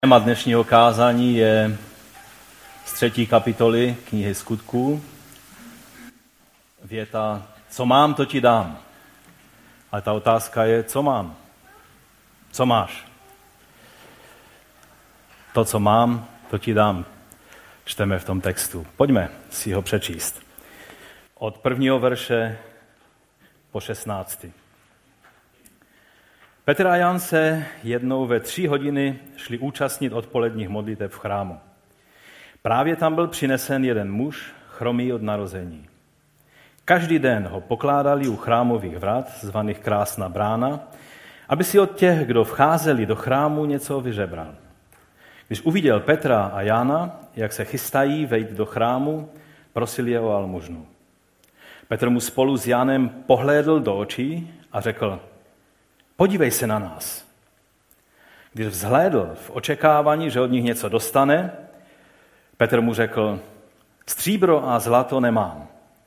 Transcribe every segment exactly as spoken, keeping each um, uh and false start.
Téma dnešního kázání je z třetí kapitoly knihy Skutků. Věta, co mám, to ti dám. Ale ta otázka je, co mám? Co máš? To, co mám, to ti dám. Čteme v tom textu. Pojďme si ho přečíst. Od prvního verše po šestnáctý. Petr a Jan se jednou ve tři hodiny šli účastnit odpoledních modlitev v chrámu. Právě tam byl přinesen jeden muž, chromý od narození. Každý den ho pokládali u chrámových vrat, zvaných Krásná brána, aby si od těch, kdo vcházeli do chrámu, něco vyžebral. Když uviděl Petra a Jana, jak se chystají vejít do chrámu, prosil je o almužnu. Petr mu spolu s Janem pohlédl do očí a řekl, podívej se na nás. Když vzhlédl v očekávání, že od nich něco dostane, Petr mu řekl, stříbro a zlato nemám,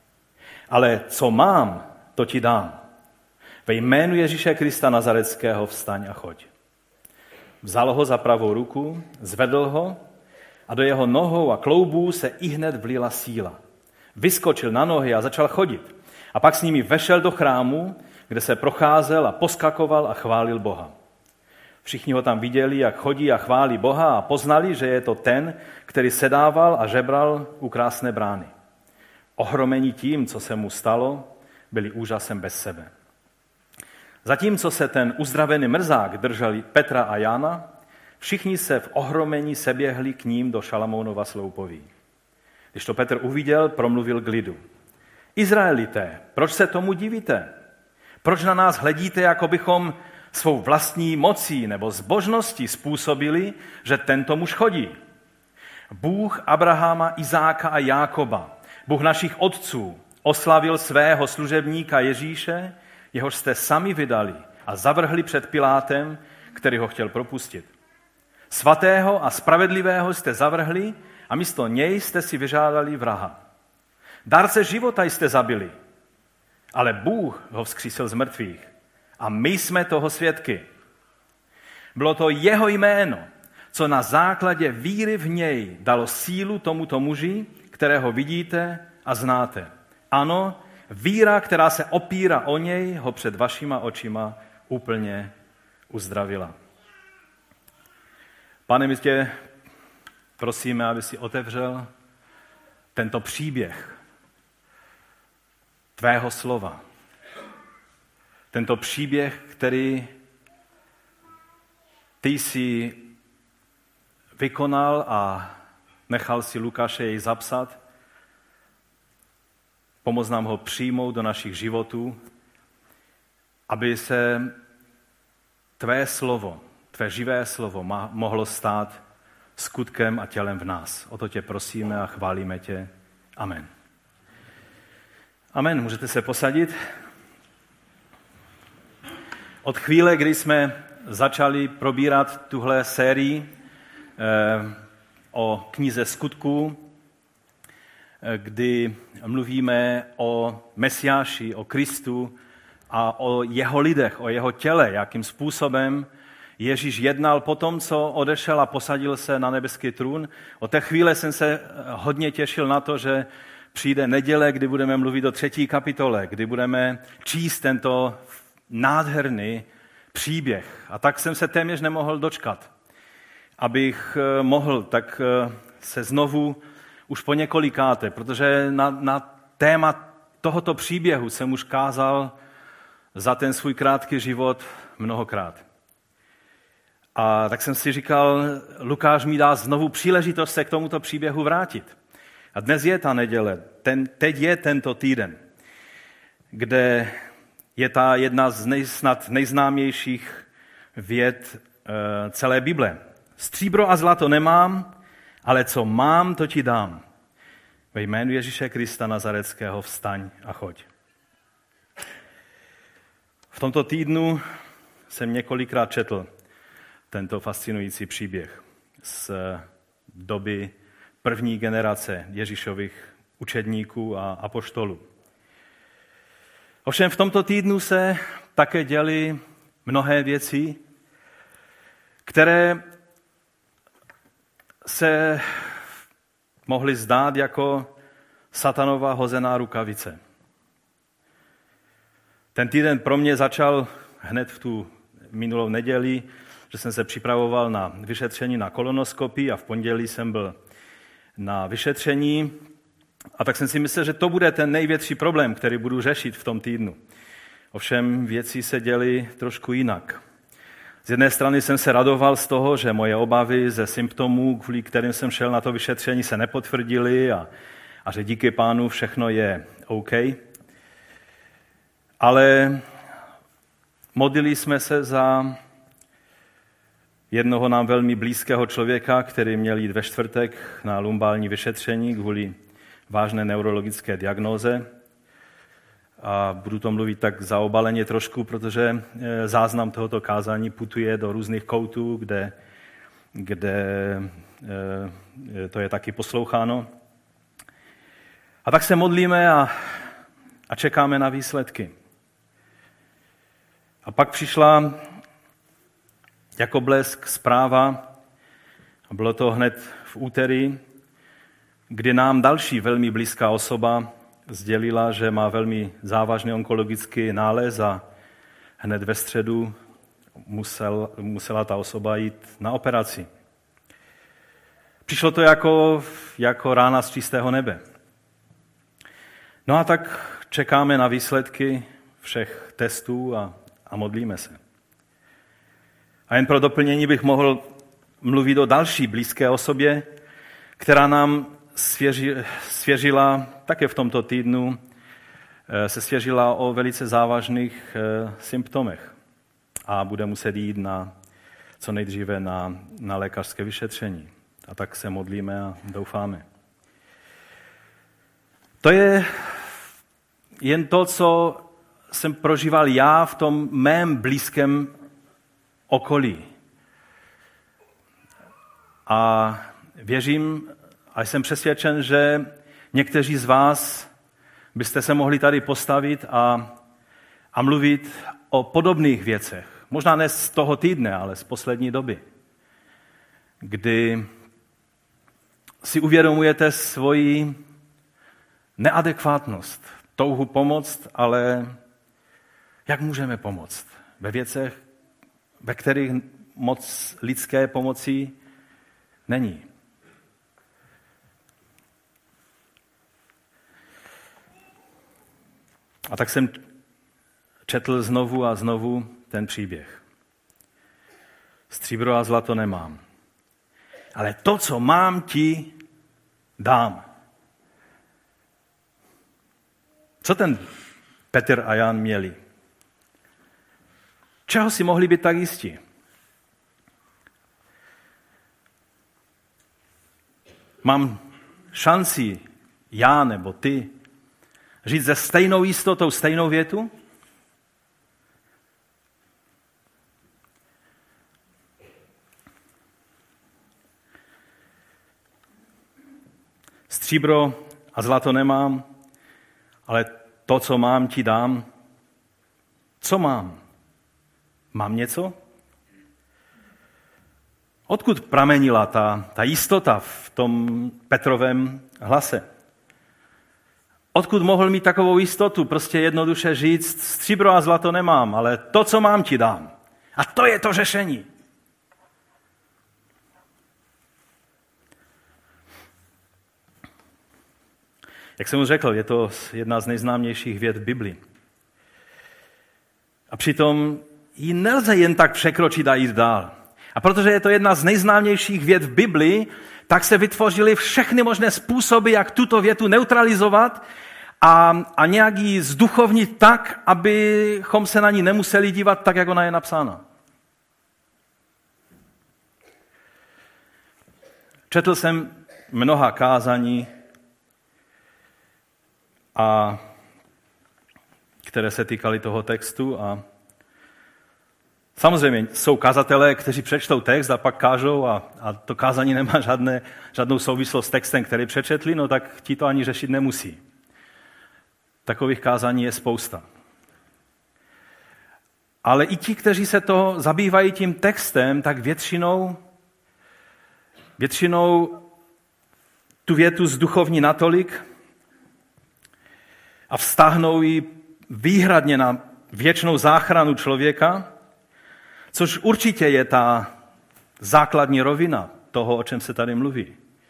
ale co mám, to ti dám. Ve jménu Ježíše Krista Nazareckého vstaň a choď. Vzal ho za pravou ruku, zvedl ho a do jeho nohou a kloubů se ihned vlila síla. Vyskočil na nohy a začal chodit. A pak s nimi vešel do chrámu, kde se procházel a poskakoval a chválil Boha. Všichni ho tam viděli, jak chodí a chválí Boha a poznali, že je to ten, který sedával a žebral u Krásné brány. Ohromení tím, co se mu stalo, byli úžasem bez sebe. Zatímco se ten uzdravený mrzák držel Petra a Jana, všichni se v ohromení seběhli k ním do Šalamounova sloupoví. Když to Petr uviděl, promluvil k lidu. Izraelité, proč se tomu divíte? Proč na nás hledíte, jako bychom svou vlastní mocí nebo zbožností způsobili, že tento muž chodí? Bůh Abrahama, Izáka a Jákoba, Bůh našich otců, oslavil svého služebníka Ježíše, jehož jste sami vydali a zavrhli před Pilátem, který ho chtěl propustit. Svatého a spravedlivého jste zavrhli a místo něj jste si vyžádali vraha. Dárce života jste zabili, ale Bůh ho vzkřísil z mrtvých a my jsme toho svědky. Bylo to jeho jméno, co na základě víry v něj dalo sílu tomuto muži, kterého vidíte a znáte. Ano, víra, která se opírá o něj, ho před vašima očima úplně uzdravila. Pane, my tě prosíme, aby si otevřel tento příběh tvého slova. Tento příběh, který ty jsi vykonal a nechal si Lukáše jej zapsat. Pomoz nám ho přijmout do našich životů, aby se tvé slovo, tvé živé slovo mohlo stát skutkem a tělem v nás. O to tě prosíme a chválíme tě. Amen. Amen. Můžete se posadit. Od chvíle, kdy jsme začali probírat tuhle sérii eh, o knize Skutků, eh, kdy mluvíme o Mesiáši, o Kristu a o jeho lidech, o jeho těle, jakým způsobem Ježíš jednal po tom, co odešel a posadil se na nebeský trůn. Od té chvíle jsem se hodně těšil na to, že přijde neděle, kdy budeme mluvit o třetí kapitole, kdy budeme číst tento nádherný příběh. A tak jsem se téměř nemohl dočkat, abych mohl tak se znovu už po několikáté, protože na, na téma tohoto příběhu jsem už kázal za ten svůj krátký život mnohokrát. A tak jsem si říkal, Lukáš mi dá znovu příležitost se k tomuto příběhu vrátit. A dnes je ta neděle, ten, teď je tento týden, kde je ta jedna z nej, snad nejznámějších vět e, celé Bible. Stříbro a zlato nemám, ale co mám, to ti dám. Ve jménu Ježíše Krista Nazareckého vstaň a choď. V tomto týdnu jsem několikrát četl tento fascinující příběh z doby první generace Ježíšových učedníků a apoštolů. Ovšem v tomto týdnu se také děly mnohé věci, které se mohly zdát jako satanova hozená rukavice. Ten týden pro mě začal hned v tu minulou neděli, že jsem se připravoval na vyšetření na kolonoskopii a v pondělí jsem byl na vyšetření. A tak jsem si myslel, že to bude ten největší problém, který budu řešit v tom týdnu. Ovšem věci se děly trošku jinak. Z jedné strany jsem se radoval z toho, že moje obavy ze symptomů, kvůli kterým jsem šel na to vyšetření, se nepotvrdily a, a že díky Pánu všechno je OK. Ale modlili jsme se za jednoho nám velmi blízkého člověka, který měl jít ve čtvrtek na lumbální vyšetření kvůli vážné neurologické diagnóze. A budu to mluvit tak zaobaleně trošku, protože záznam tohoto kázání putuje do různých koutů, kde, kde to je taky posloucháno. A tak se modlíme a, a čekáme na výsledky. A pak přišla jako blesk zpráva, a bylo to hned v úterý, kdy nám další velmi blízká osoba sdělila, že má velmi závažný onkologický nález a hned ve středu musel, musela ta osoba jít na operaci. Přišlo to jako, jako rána z čistého nebe. No a tak čekáme na výsledky všech testů a, a modlíme se. A jen pro doplnění bych mohl mluvit o další blízké osobě, která nám svěři, svěřila, také v tomto týdnu, se svěřila o velice závažných symptomech a bude muset jít na, co nejdříve na, na lékařské vyšetření. A tak se modlíme a doufáme. To je jen to, co jsem prožíval já v tom mém blízkém okolí. A věřím a jsem přesvědčen, že někteří z vás byste se mohli tady postavit a, a mluvit o podobných věcech. Možná ne z toho týdne, ale z poslední doby. Kdy si uvědomujete svoji neadekvátnost, touhu pomoct, ale jak můžeme pomoct ve věcech, ve kterých moc lidské pomoci není. A tak jsem četl znovu a znovu ten příběh. Stříbro a zlato nemám, ale to, co mám, ti dám. Co ten Petr a Jan měli? Čeho si mohli být tak jistí? Mám šanci, já nebo ty, říct se stejnou jistotou stejnou větu? Stříbro a zlato nemám, ale to, co mám, ti dám. Co mám? Mám něco? Odkud pramenila ta, ta jistota v tom Petrovém hlase? Odkud mohl mít takovou jistotu? Prostě jednoduše říct, stříbro a zlato nemám, ale to, co mám, ti dám. A to je to řešení. Jak jsem už řekl, je to jedna z nejznámějších vět v Biblii. A přitom ji nelze jen tak překročit a jít dál. A protože je to jedna z nejznámějších vět v Biblii, tak se vytvořily všechny možné způsoby, jak tuto větu neutralizovat a, a nějak ji zduchovnit tak, abychom se na ní nemuseli dívat tak, jak ona je napsána. Četl jsem mnoha kázání, a které se týkaly toho textu. A samozřejmě jsou kazatelé, kteří přečtou text a pak kážou a, a to kázání nemá žádné, žádnou souvislost s textem, který přečetli, no tak ti to ani řešit nemusí. Takových kázání je spousta. Ale i ti, kteří se to zabývají tím textem, tak většinou většinou tu větu zduchovní natolik a vztáhnou ji výhradně na věčnou záchranu člověka, což určitě je ta základní rovina toho, o čem se tady mluví.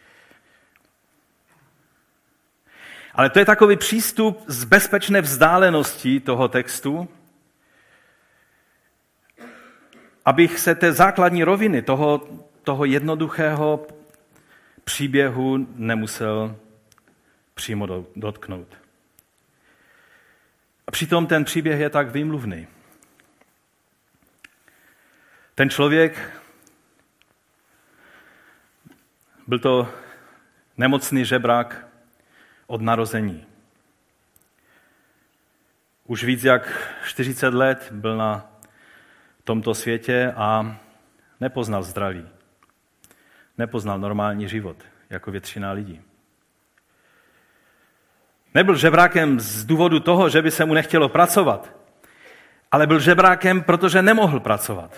Ale to je takový přístup z bezpečné vzdálenosti toho textu, abych se té základní roviny, toho, toho jednoduchého příběhu nemusel přímo dotknout. A přitom ten příběh je tak výmluvný. Ten člověk, byl to nemocný žebrák od narození. Už víc jak čtyřicet let byl na tomto světě a nepoznal zdraví. Nepoznal normální život, jako většina lidí. Nebyl žebrákem z důvodu toho, že by se mu nechtělo pracovat, ale byl žebrákem, protože nemohl pracovat.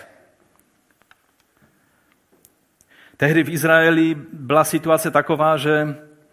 Tehdy v Izraeli byla situace taková, že,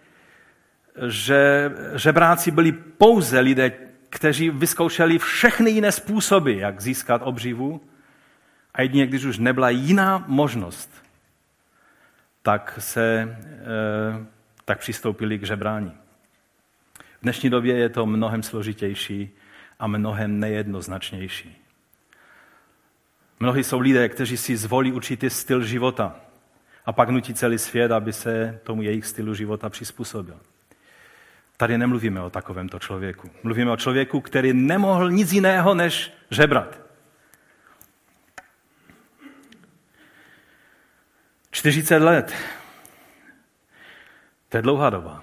že žebráci byli pouze lidé, kteří vyzkoušeli všechny jiné způsoby, jak získat obživu, a jedině, když už nebyla jiná možnost, tak se tak přistoupili k žebrání. V dnešní době je to mnohem složitější a mnohem nejednoznačnější. Mnohí jsou lidé, kteří si zvolí určitý styl života a pak nutí celý svět, aby se tomu jejich stylu života přizpůsobil. Tady nemluvíme o takovémto člověku. Mluvíme o člověku, který nemohl nic jiného, než žebrat. čtyřicet let. To je dlouhá doba.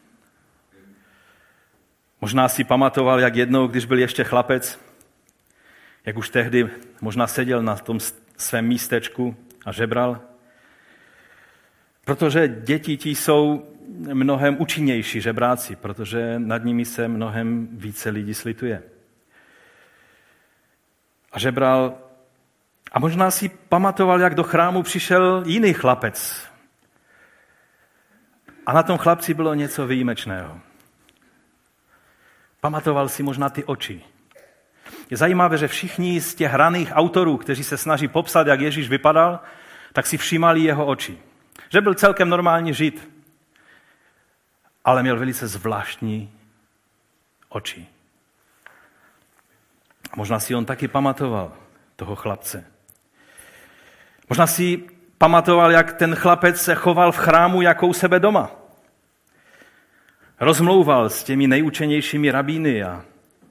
Možná si pamatoval, jak jednou, když byl ještě chlapec, jak už tehdy možná seděl na tom svém místečku a žebral. Protože děti ti jsou mnohem účinnější žebráci, protože nad nimi se mnohem více lidí slituje. A žebral. A možná si pamatoval, jak do chrámu přišel jiný chlapec. A na tom chlapci bylo něco výjimečného. Pamatoval si možná ty oči. Je zajímavé, že všichni z těch hraných autorů, kteří se snaží popsat, jak Ježíš vypadal, tak si všímali jeho oči. Že byl celkem normální Žid, ale měl velice zvláštní oči. A možná si on taky pamatoval toho chlapce. Možná si pamatoval, jak ten chlapec se choval v chrámu jako u sebe doma. Rozmlouval s těmi nejučenějšími rabíny a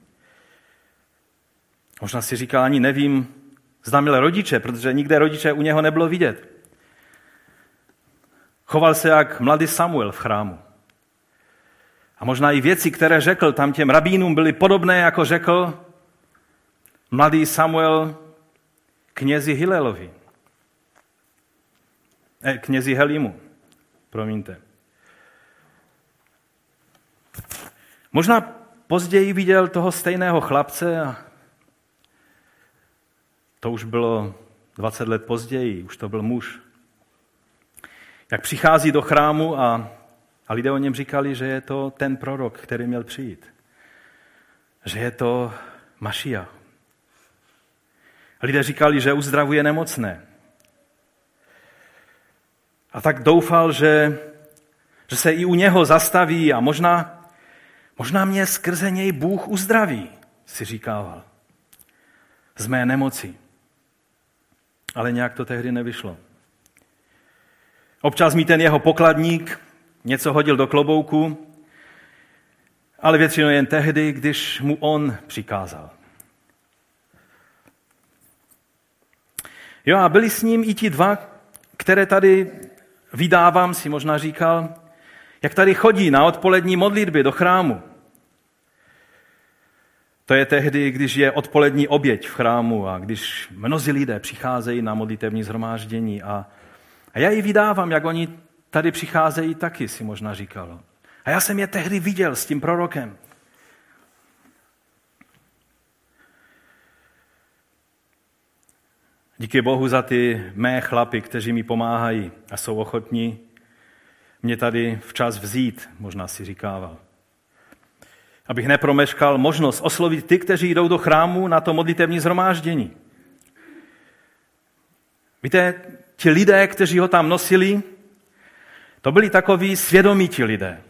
možná si říkal, ani nevím, zda měl rodiče, protože nikde rodiče u něho nebylo vidět. Choval se jak mladý Samuel v chrámu. A možná i věci, které řekl tam těm rabínům, byly podobné, jako řekl mladý Samuel knězi Hilelovi. Eh, knězi Helimu, promiňte. Možná později viděl toho stejného chlapce a to už bylo dvacet let později, už to byl muž. Jak přichází do chrámu a, a lidé o něm říkali, že je to ten prorok, který měl přijít. Že je to Mašiach. Lidé říkali, že uzdravuje nemocné. A tak doufal, že, že se i u něho zastaví a možná, možná mě skrze něj Bůh uzdraví, si říkával. Z mé nemoci. Ale nějak to tehdy nevyšlo. Občas mi ten jeho pokladník něco hodil do klobouku, ale většinou jen tehdy, když mu on přikázal. Jo, a byli s ním i ti dva, které tady vydávám, si možná říkal, jak tady chodí na odpolední modlitby do chrámu. To je tehdy, když je odpolední oběť v chrámu a když mnozí lidé přicházejí na modlitevní shromáždění a, a já ji vydávám, jak oni tady přicházejí taky, si možná říkalo. A já jsem je tehdy viděl s tím prorokem. Díky Bohu za ty mé chlapy, kteří mi pomáhají a jsou ochotní mě tady včas vzít, možná si říkával. Abych nepromeškal možnost oslovit ty, kteří jdou do chrámu na to modlitevní shromáždění. Víte, ti lidé, kteří ho tam nosili, to byli takoví svědomítí lidé.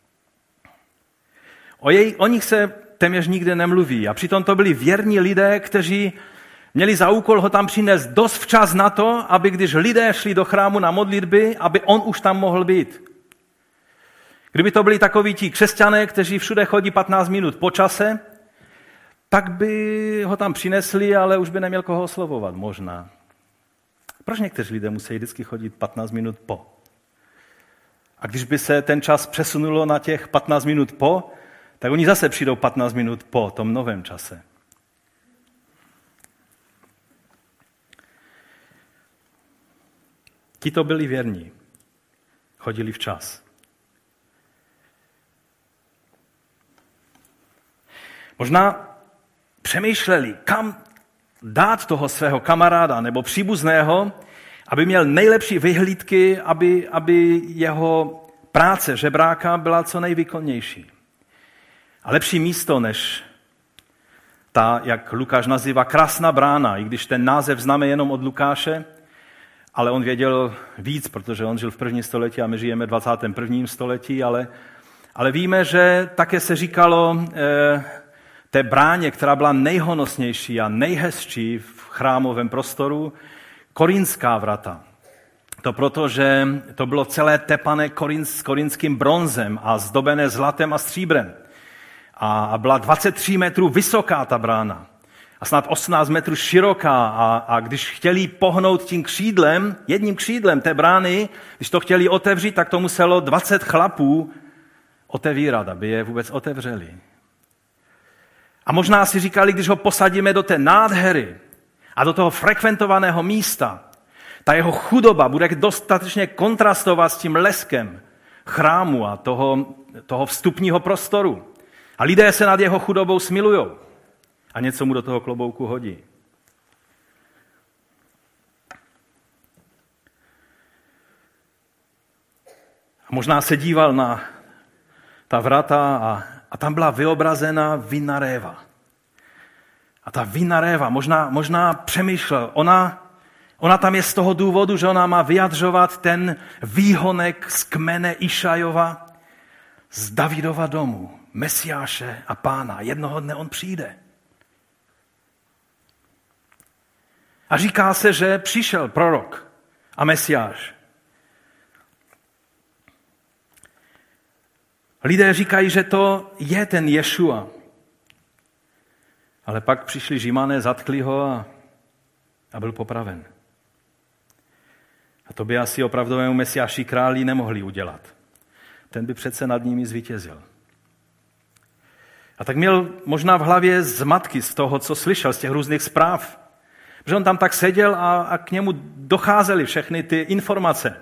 O, jej, o nich se téměř nikde nemluví a přitom to byli věrní lidé, kteří měli za úkol ho tam přinést dost včas na to, aby když lidé šli do chrámu na modlitby, aby on už tam mohl být. Kdyby to byli takoví ti křesťané, kteří všude chodí patnáct minut po čase, tak by ho tam přinesli, ale už by neměl koho oslovovat, možná. Proč někteří lidé musí vždycky chodit patnáct minut po? A když by se ten čas přesunulo na těch patnáct minut po, tak oni zase přijdou patnáct minut po tom novém čase. Ti to byli věrní. Chodili včas. Možná přemýšleli, kam dát toho svého kamaráda nebo příbuzného, aby měl nejlepší vyhlídky, aby, aby jeho práce žebráka byla co nejvýkonnější. A lepší místo než ta, jak Lukáš nazývá, krásná brána, i když ten název známe jenom od Lukáše, ale on věděl víc, protože on žil v prvním století a my žijeme v dvacátém prvním století, ale, ale víme, že také se říkalo eh, té bráně, která byla nejhonosnější a nejhezčí v chrámovém prostoru, Korinská vrata. To proto, že to bylo celé tepané s korintským bronzem a zdobené zlatem a stříbrem. A byla dvacet tři metrů vysoká ta brána a snad osmnáct metrů široká. A, a když chtěli pohnout tím křídlem, jedním křídlem té brány, když to chtěli otevřít, tak to muselo dvacet chlapů otevírat, aby je vůbec otevřeli. A možná si říkali, když ho posadíme do té nádhery a do toho frekventovaného místa, ta jeho chudoba bude dostatečně kontrastovat s tím leskem chrámu a toho, toho vstupního prostoru. A lidé se nad jeho chudobou smilujou a něco mu do toho klobouku hodí. A možná se díval na ta vrata a, a tam byla vyobrazena vinná réva. A ta vinná réva, možná, možná přemýšlel, ona, ona tam je z toho důvodu, že ona má vyjadřovat ten výhonek z kmene Išajova, z Davidova domu, Mesiáše a Pána. Jednoho dne on přijde. A říká se, že přišel prorok a Mesiáš. Lidé říkají, že to je ten Ješua. Ale pak přišli Římané, zatkli ho a, a byl popraven. A to by asi opravdovému Mesiáši králi nemohli udělat. Ten by přece nad nimi zvítězil. A tak měl možná v hlavě zmatky z toho, co slyšel, z těch různých zpráv. Že on tam tak seděl a, a k němu docházely všechny ty informace.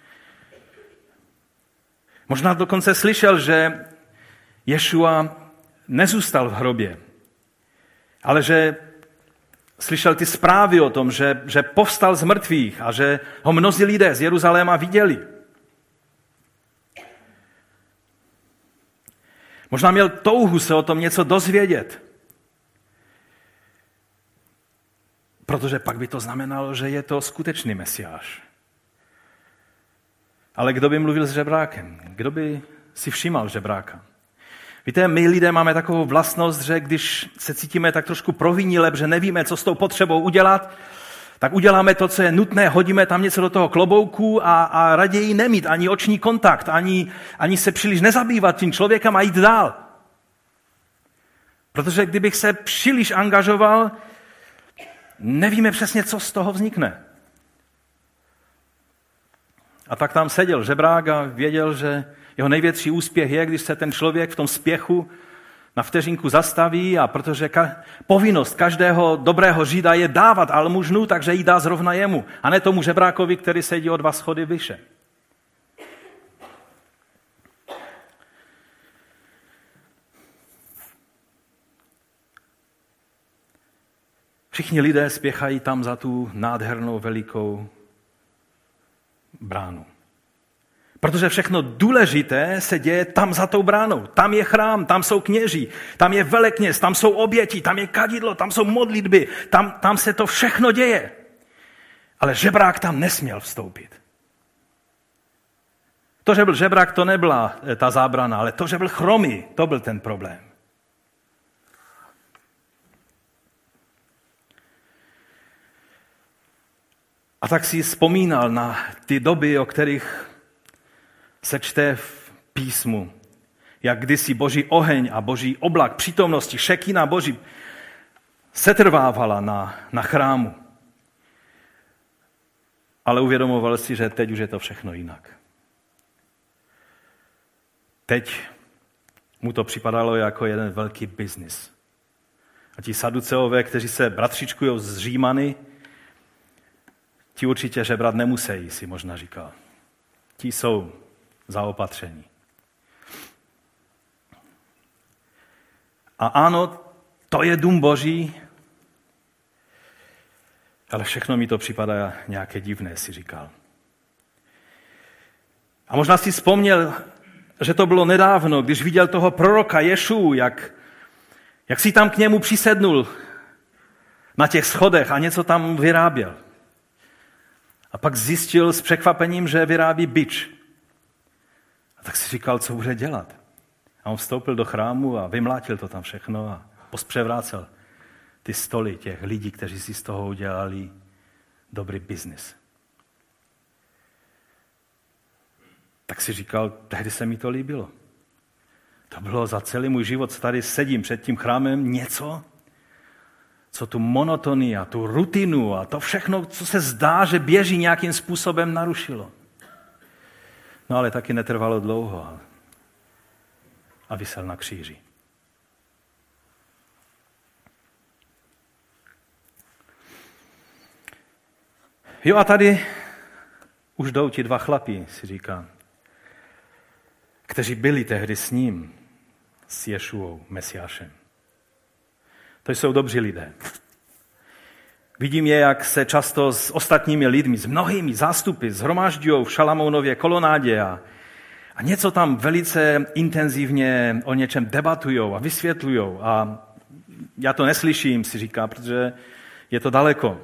Možná dokonce slyšel, že Ješua nezůstal v hrobě, ale že slyšel ty zprávy o tom, že, že povstal z mrtvých a že ho mnozí lidé z Jeruzaléma viděli. Možná měl touhu se o tom něco dozvědět, protože pak by to znamenalo, že je to skutečný Mesiáš. Ale kdo by mluvil s žebrákem? Kdo by si všímal žebráka? Víte, my lidé máme takovou vlastnost, že když se cítíme tak trošku provinile, že nevíme, co s tou potřebou udělat, tak uděláme to, co je nutné, hodíme tam něco do toho klobouku a, a raději nemít ani oční kontakt, ani, ani se příliš nezabývat tím člověkem a jít dál. Protože kdybych se příliš angažoval, nevíme přesně, co z toho vznikne. A tak tam seděl žebrák a věděl, že jeho největší úspěch je, když se ten člověk v tom spěchu na vteřinku zastaví, a protože ka- povinnost každého dobrého Žida je dávat almužnu, takže ji dá zrovna jemu, a ne tomu žebrákovi, který sedí o dva schody vyše. Všichni lidé spěchají tam za tu nádhernou velikou bránu. Protože všechno důležité se děje tam za tou bránou. Tam je chrám, tam jsou kněží, tam je velekněz, tam jsou oběti, tam je kadidlo, tam jsou modlitby, tam, tam se to všechno děje. Ale žebrák tam nesměl vstoupit. To, že byl žebrák, to nebyla ta zábrana, ale to, že byl chromý, to byl ten problém. A tak si vzpomínal na ty doby, o kterých se čte v písmu, jak kdysi boží oheň a boží oblak přítomnosti, šekina boží setrvávala na, na chrámu. Ale uvědomoval si, že teď už je to všechno jinak. Teď mu to připadalo jako jeden velký biznis. A ti saduceové, kteří se bratřičkují z Římany, ti určitě žebrat nemusí, si možná říkal. Ti jsou zaopatření. A ano, to je dům Boží, ale všechno mi to připadá nějaké divné, si říkal. A možná si vzpomněl, že to bylo nedávno, když viděl toho proroka Ješu, jak, jak si tam k němu přisednul na těch schodech a něco tam vyráběl. A pak zjistil s překvapením, že vyrábí bič. A tak si říkal, co bude dělat. A on vstoupil do chrámu a vymlátil to tam všechno a pospřevrácel ty stoly těch lidí, kteří si z toho udělali dobrý biznis. Tak si říkal, tehdy se mi to líbilo. To bylo za celý můj život, co tady sedím před tím chrámem, něco, co tu monotonii a tu rutinu a to všechno, co se zdá, že běží nějakým způsobem, narušilo. No ale taky netrvalo dlouho a visel na kříži. Jo a tady už jdou ti dva chlapí, si říká, kteří byli tehdy s ním, s Ješuou, Mesiášem. To jsou dobří lidé. Vidím je, jak se často s ostatními lidmi, s mnohými zástupy zhromažďují v Šalamounově kolonádě a, a něco tam velice intenzivně o něčem debatujou a vysvětlujou. A já to neslyším, si říká, protože je to daleko.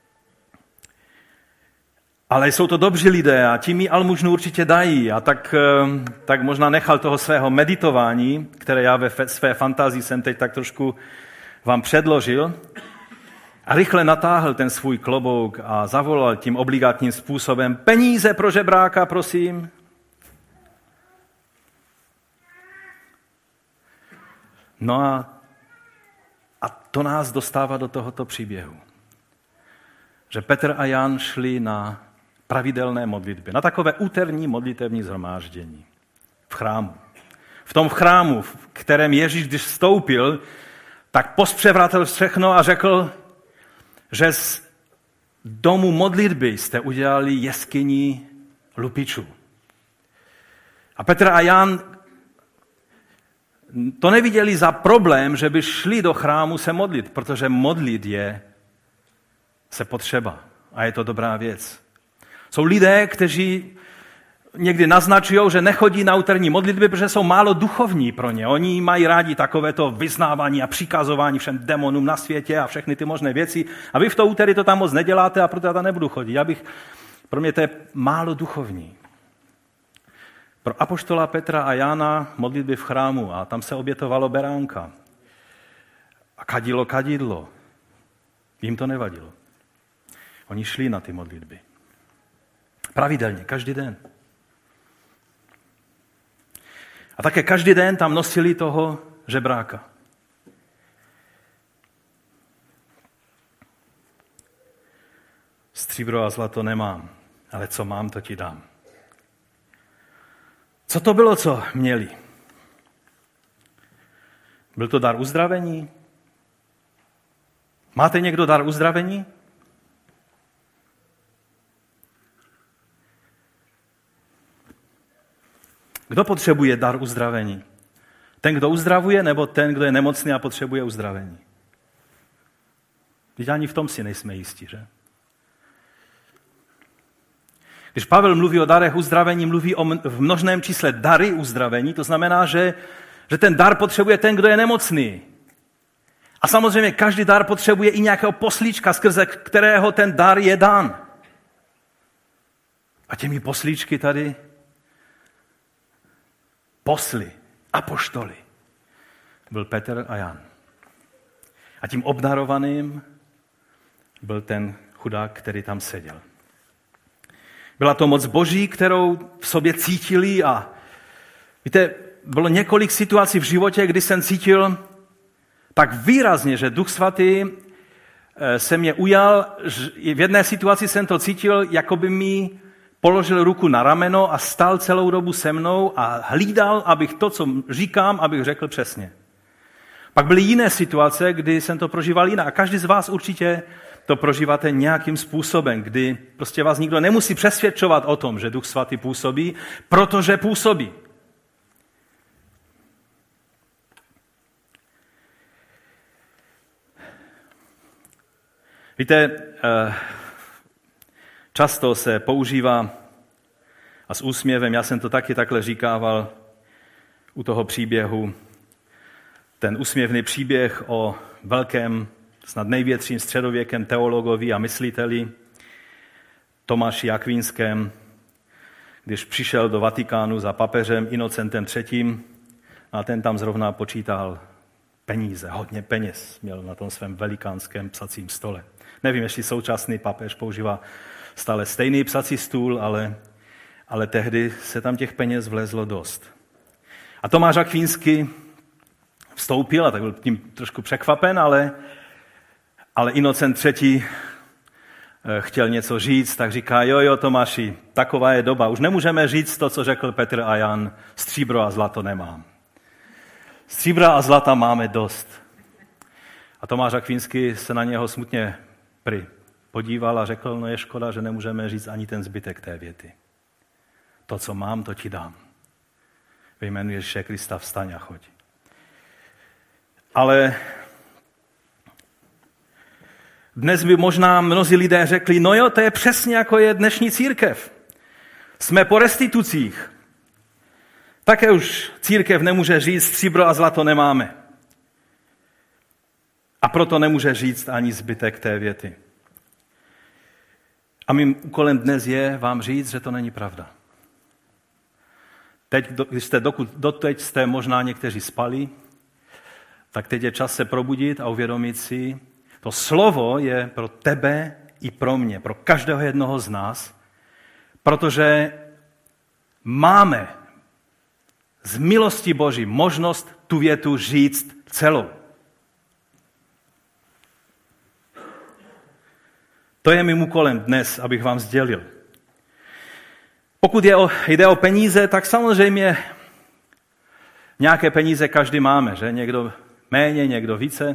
Ale jsou to dobří lidé a ti mi almužnu určitě dají. A tak, tak možná nechal toho svého meditování, které já ve své fantazii jsem teď tak trošku vám předložil, a rychle natáhl ten svůj klobouk a zavolal tím obligátním způsobem: peníze pro žebráka, prosím. No a, a to nás dostává do tohoto příběhu. Že Petr a Jan šli na pravidelné modlitby, na takové úterní modlitevní shromáždění v chrámu. V tom chrámu, v kterém Ježíš, když vstoupil, tak pospřevrátil všechno a řekl, že z domu modlitby jste udělali jeskyni lupičů. A Petr a Jan to neviděli za problém, že by šli do chrámu se modlit, protože modlit je se potřeba a je to dobrá věc. Jsou lidé, kteří někdy naznačují, že nechodí na úterní modlitby, protože jsou málo duchovní pro ně. Oni mají rádi takovéto vyznávání a přikazování všem démonům na světě a všechny ty možné věci. A vy v to úterý to tam moc neděláte a proto já tam nebudu chodit. Já bych, pro mě to je málo duchovní. Pro apoštola Petra a Jana modlitby v chrámu a tam se obětovalo beránka. A kadilo kadidlo. Jim to nevadilo. Oni šli na ty modlitby. Pravidelně, každý den. A také každý den tam nosili toho žebráka. Stříbro a zlato nemám, ale co mám, to ti dám. Co to bylo, co měli? Byl to dar uzdravení? Máte někdo dar uzdravení? Kdo potřebuje dar uzdravení? Ten, kdo uzdravuje, nebo ten, kdo je nemocný a potřebuje uzdravení? Když ani v tom si nejsme jistí, že? Když Pavel mluví o darech uzdravení, mluví o v množném čísle dary uzdravení, to znamená, že, že ten dar potřebuje ten, kdo je nemocný. A samozřejmě každý dar potřebuje i nějakého poslíčka, skrze kterého ten dar je dán. A těmi poslíčky tady posly, apoštoly, byl Petr a Jan. A tím obdarovaným byl ten chudák, který tam seděl. Byla to moc Boží, kterou v sobě cítili a víte, bylo několik situací v životě, kdy jsem cítil tak výrazně, že Duch Svatý se mě ujal. V jedné situaci jsem to cítil, jako by mi položil ruku na rameno a stál celou dobu se mnou a hlídal, abych to, co říkám, abych řekl přesně. Pak byly jiné situace, kdy jsem to prožíval jinak. A každý z vás určitě to prožíváte nějakým způsobem, kdy prostě vás nikdo nemusí přesvědčovat o tom, že Duch Svatý působí, protože působí. Víte, často se používá a s úsměvem, já jsem to taky takhle říkával u toho příběhu, ten úsměvný příběh o velkém, snad největším středověkém teologovi a mysliteli Tomáši Akvínském, když přišel do Vatikánu za papežem Inocentem třetím. A ten tam zrovna počítal peníze, hodně peněz měl na tom svém velikánském psacím stole. Nevím, jestli současný papež používá stále stejný psací stůl, ale, ale tehdy se tam těch peněz vlezlo dost. A Tomáš Akvínský vstoupil a tak byl tím trošku překvapen, ale, ale Inocent třetí chtěl něco říct, tak říká, jo, jo, Tomáši, taková je doba. Už nemůžeme říct to, co řekl Petr a Jan, stříbro a zlato nemám. Stříbra a zlata máme dost. A Tomáš Akvínský se na něho smutně prý podíval a řekl, no je škoda, že nemůžeme říct ani ten zbytek té věty. To, co mám, to ti dám. Ve jménu Ježíše Krista vstaň a choď. Ale dnes by možná mnozí lidé řekli, no jo, to je přesně jako je dnešní církev. Jsme po restitucích. Také už církev nemůže říct, stříbro a zlato nemáme. A proto nemůže říct ani zbytek té věty. A mým úkolem dnes je vám říct, že to není pravda. Teď, když jste dokud, doteď jste možná někteří spali, tak teď je čas se probudit a uvědomit si, to slovo je pro tebe i pro mě, pro každého jednoho z nás, protože máme z milosti Boží možnost tu větu říct celou. To je mým úkolem dnes, abych vám sdělil. Pokud je o, jde o peníze, tak samozřejmě nějaké peníze každý máme, že? Někdo méně, někdo více.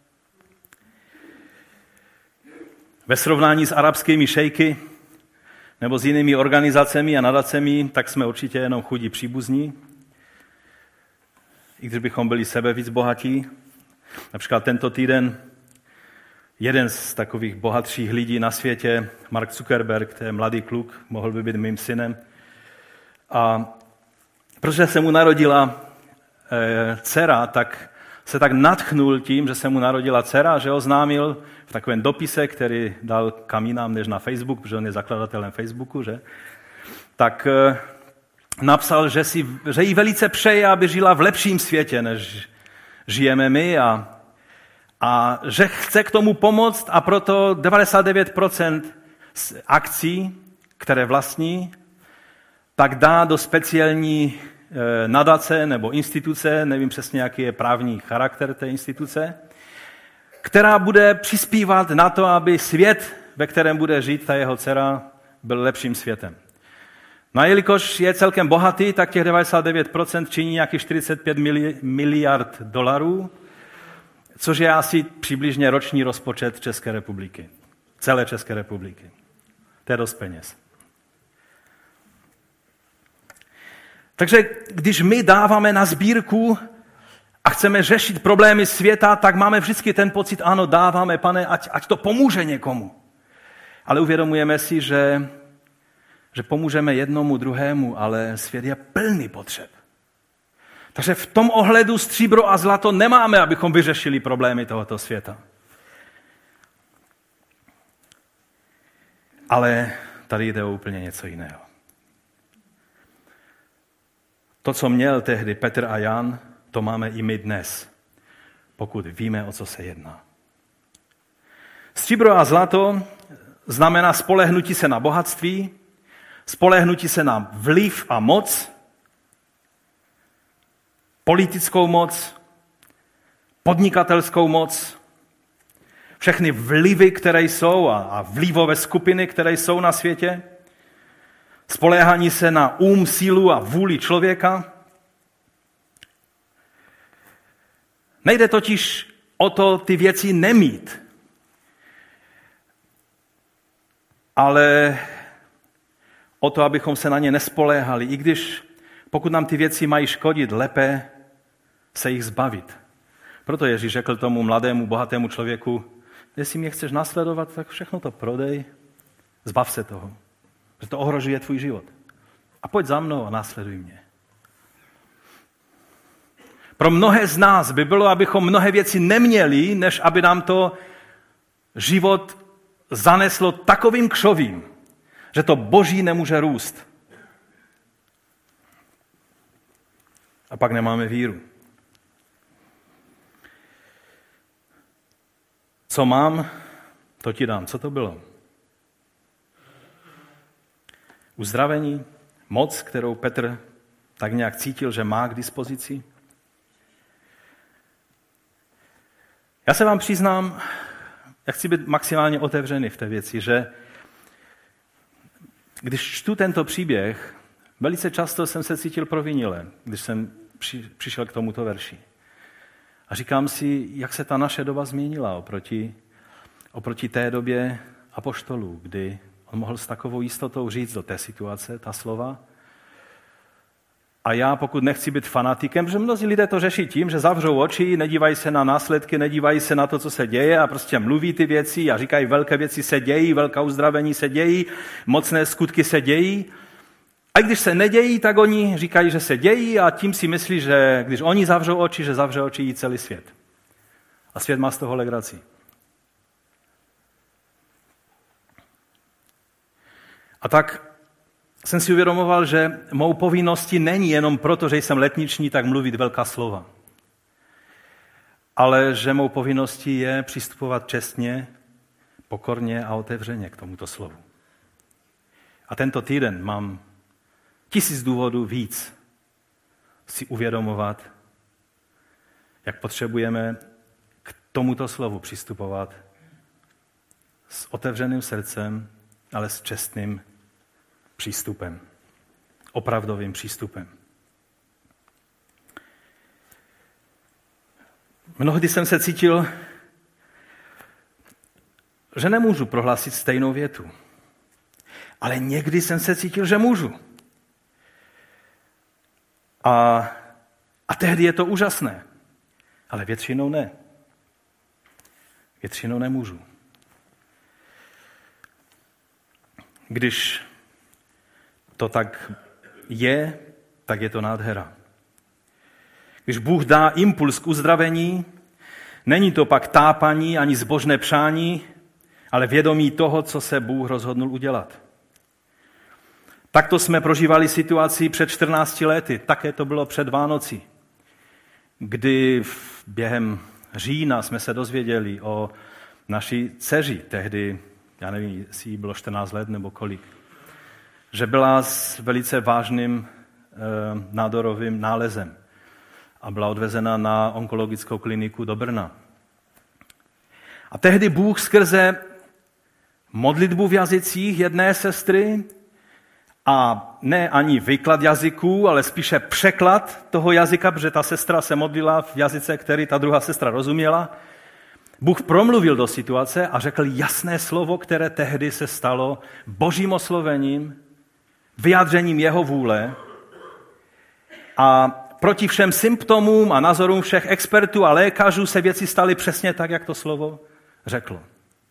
Ve srovnání s arabskými šejky nebo s jinými organizacemi a nadacemi, tak jsme určitě jenom chudí příbuzní. I když bychom byli sebe víc bohatí. Například tento týden jeden z takových bohatších lidí na světě, Mark Zuckerberg, to je mladý kluk, mohl by být mým synem. A protože se mu narodila e, dcera, tak se tak nadchnul tím, že se mu narodila dcera, že oznámil v takovém dopise, který dal kam jinam než na Facebook, protože on je zakladatelem Facebooku, že? Tak e, napsal, že, si, že jí velice přeje, aby žila v lepším světě, než žijeme my a A že chce k tomu pomoct a proto devadesát devět procent z akcí, které vlastní, tak dá do speciální nadace nebo instituce, nevím přesně, jaký je právní charakter té instituce, která bude přispívat na to, aby svět, ve kterém bude žít ta jeho dcera, byl lepším světem. No a jelikož je celkem bohatý, tak těch devadesát devět procent činí nějakých čtyřicet pět miliard dolarů, což je asi přibližně roční rozpočet České republiky. Celé České republiky. To je dost peněz. Takže když my dáváme na sbírku a chceme řešit problémy světa, tak máme vždycky ten pocit, ano, dáváme, Pane, ať, ať to pomůže někomu. Ale uvědomujeme si, že, že pomůžeme jednomu, druhému, ale svět je plný potřeb. Takže v tom ohledu stříbro a zlato nemáme, abychom vyřešili problémy tohoto světa. Ale tady jde o úplně něco jiného. To, co měl tehdy Petr a Jan, to máme i my dnes, pokud víme, o co se jedná. Stříbro a zlato znamená spolehnutí se na bohatství, spolehnutí se na vliv a moc, politickou moc, podnikatelskou moc, všechny vlivy, které jsou a vlivové skupiny, které jsou na světě, spoléhání se na um, sílu a vůli člověka. Nejde totiž o to ty věci nemít, ale o to, abychom se na ně nespoléhali, i když pokud nám ty věci mají škodit, lépe se jich zbavit. Proto Ježíš řekl tomu mladému, bohatému člověku, jestli mě chceš následovat, tak všechno to prodej, zbav se toho, že to ohrožuje tvůj život. A pojď za mnou a následuj mě. Pro mnohé z nás by bylo, abychom mnohé věci neměli, než aby nám to život zaneslo takovým křovím, že to boží nemůže růst. A pak nemáme víru. Co mám, to ti dám. Co to bylo? Uzdravení, moc, kterou Petr tak nějak cítil, že má k dispozici. Já se vám přiznám, já chci být maximálně otevřený v té věci, že když čtu tento příběh, velice často jsem se cítil provinile, když jsem přišel k tomuto verši. A říkám si, jak se ta naše doba změnila oproti, oproti té době apoštolů, kdy on mohl s takovou jistotou říct do té situace ta slova. A já, pokud nechci být fanatikem, že mnozí lidé to řeší tím, že zavřou oči, nedívají se na následky, nedívají se na to, co se děje a prostě mluví ty věci a říkají, velké věci se dějí, velká uzdravení se dějí, mocné skutky se dějí. A když se nedějí, tak oni říkají, že se dějí a tím si myslí, že když oni zavřou oči, že zavře oči i celý svět. A svět má z toho legraci. A tak jsem si uvědomoval, že mou povinností není jenom proto, že jsem letniční, tak mluvit velká slova. Ale že mou povinností je přistupovat čestně, pokorně a otevřeně k tomuto slovu. A tento týden mám tisíc důvodů víc si uvědomovat, jak potřebujeme k tomuto slovu přistupovat s otevřeným srdcem, ale s čestným přístupem, opravdovým přístupem. Mnohdy jsem se cítil, že nemůžu prohlásit stejnou větu, ale někdy jsem se cítil, že můžu. A, a tehdy je to úžasné, ale většinou ne. Většinou nemůžu. Když to tak je, tak je to nádhera. Když Bůh dá impuls k uzdravení, není to pak tápaní ani zbožné přání, ale vědomí toho, co se Bůh rozhodnul udělat. Takto jsme prožívali situaci před čtrnácti lety, také to bylo před Vánoci, kdy během října jsme se dozvěděli o naší dceři, tehdy, já nevím, jestli jí bylo čtrnáct let nebo kolik, že byla s velice vážným e, nádorovým nálezem a byla odvezena na onkologickou kliniku do Brna. A tehdy Bůh skrze modlitbu v jazycích jedné sestry a ne ani výklad jazyků, ale spíše překlad toho jazyka, protože ta sestra se modlila v jazyce, který ta druhá sestra rozuměla, Bůh promluvil do situace a řekl jasné slovo, které tehdy se stalo božím oslovením, vyjádřením jeho vůle. A proti všem symptomům a názorům všech expertů a lékařů se věci staly přesně tak, jak to slovo řeklo.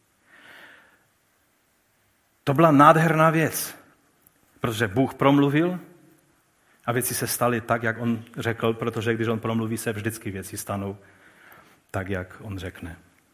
To byla nádherná věc, protože Bůh promluvil a věci se staly tak, jak on řekl, protože když on promluví, se vždycky věci stanou tak, jak on řekne.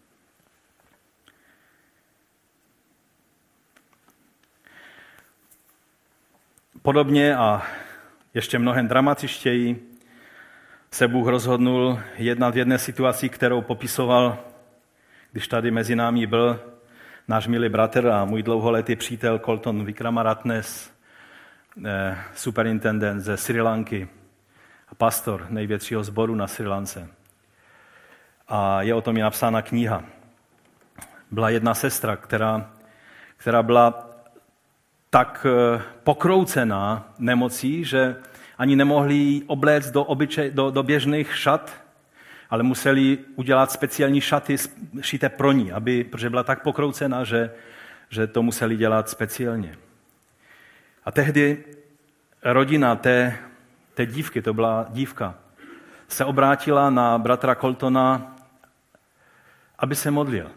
Podobně a ještě mnohem dramatičtěji se Bůh rozhodnul jednat v jedné situaci, kterou popisoval, když tady mezi námi byl náš milý bratr a můj dlouholetý přítel Colton Vikramaratnes, eh, superintendent ze Srí Lanky a pastor největšího sboru na Srí Lance. A je o tom i napsána kniha. Byla jedna sestra, která, která byla tak pokroucená nemocí, že ani nemohli ji obléct do, obyčej, do, do běžných šat, ale museli udělat speciální šaty šité pro ní, aby, protože byla tak pokroucená, že, že to museli dělat speciálně. A tehdy rodina té, té dívky, to byla dívka, se obrátila na bratra Coltona, aby se modlil.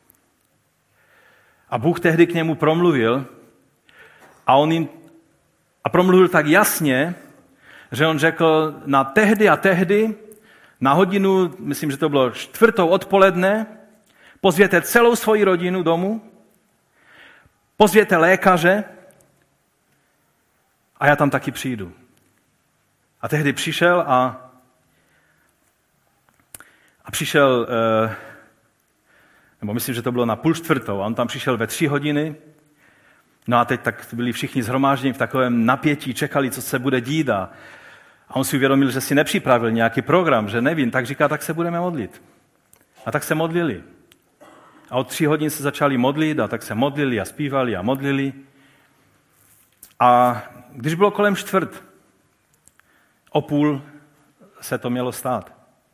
A Bůh tehdy k němu promluvil a on jim a promluvil tak jasně, že on řekl na tehdy a tehdy, na hodinu, myslím, že to bylo čtvrtou odpoledne, pozvěte celou svoji rodinu domů, pozvěte lékaře a já tam taky přijdu. A tehdy přišel a, a přišel, nebo myslím, že to bylo na půl čtvrtou, a on tam přišel ve tři hodiny. No a teď tak byli všichni shromážděni v takovém napětí, čekali, co se bude dít. A, a on si uvědomil, že si nepřipravil nějaký program, že nevím, tak říká, tak se budeme modlit. A tak se modlili. A od tři hodin se začali modlit a tak se modlili a zpívali a modlili. A když bylo kolem čtvrt, o půl se to mělo stát.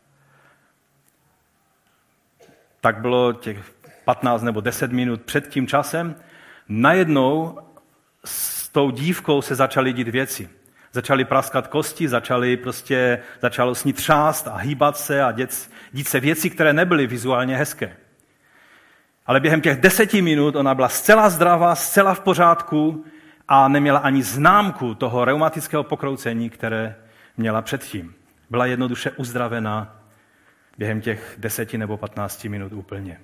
Tak bylo těch patnáct nebo deset minut před tím časem, najednou s tou dívkou se začaly dít věci. Začaly praskat kosti, začaly prostě, začalo s ní třást a hýbat se a dět, dít se věci, které nebyly vizuálně hezké. Ale během těch deseti minut ona byla zcela zdravá, zcela v pořádku a neměla ani známku toho reumatického pokroucení, které měla předtím. Byla jednoduše uzdravená během těch deseti nebo patnácti minut úplně.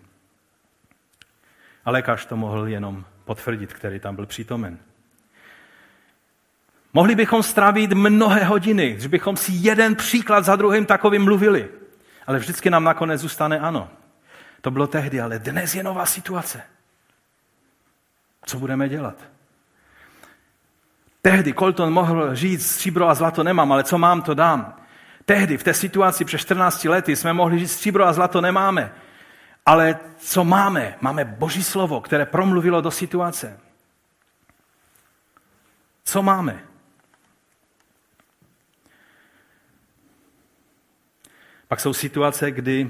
A lékař to mohl jenom potvrdit, který tam byl přítomen. Mohli bychom strávit mnohé hodiny, když bychom si jeden příklad za druhým takovým mluvili. Ale vždycky nám nakonec zůstane ano. To bylo tehdy, ale dnes je nová situace. Co budeme dělat? Tehdy Colton mohl říct, stříbro a zlato nemám, ale co mám, to dám. Tehdy, v té situaci před čtrnácti lety, jsme mohli říct, stříbro a zlato nemáme. Ale co máme? Máme Boží slovo, které promluvilo do situace. Co máme? Pak jsou situace, kdy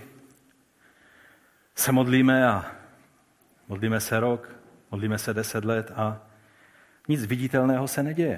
se modlíme a modlíme se rok, modlíme se deset let a nic viditelného se neděje.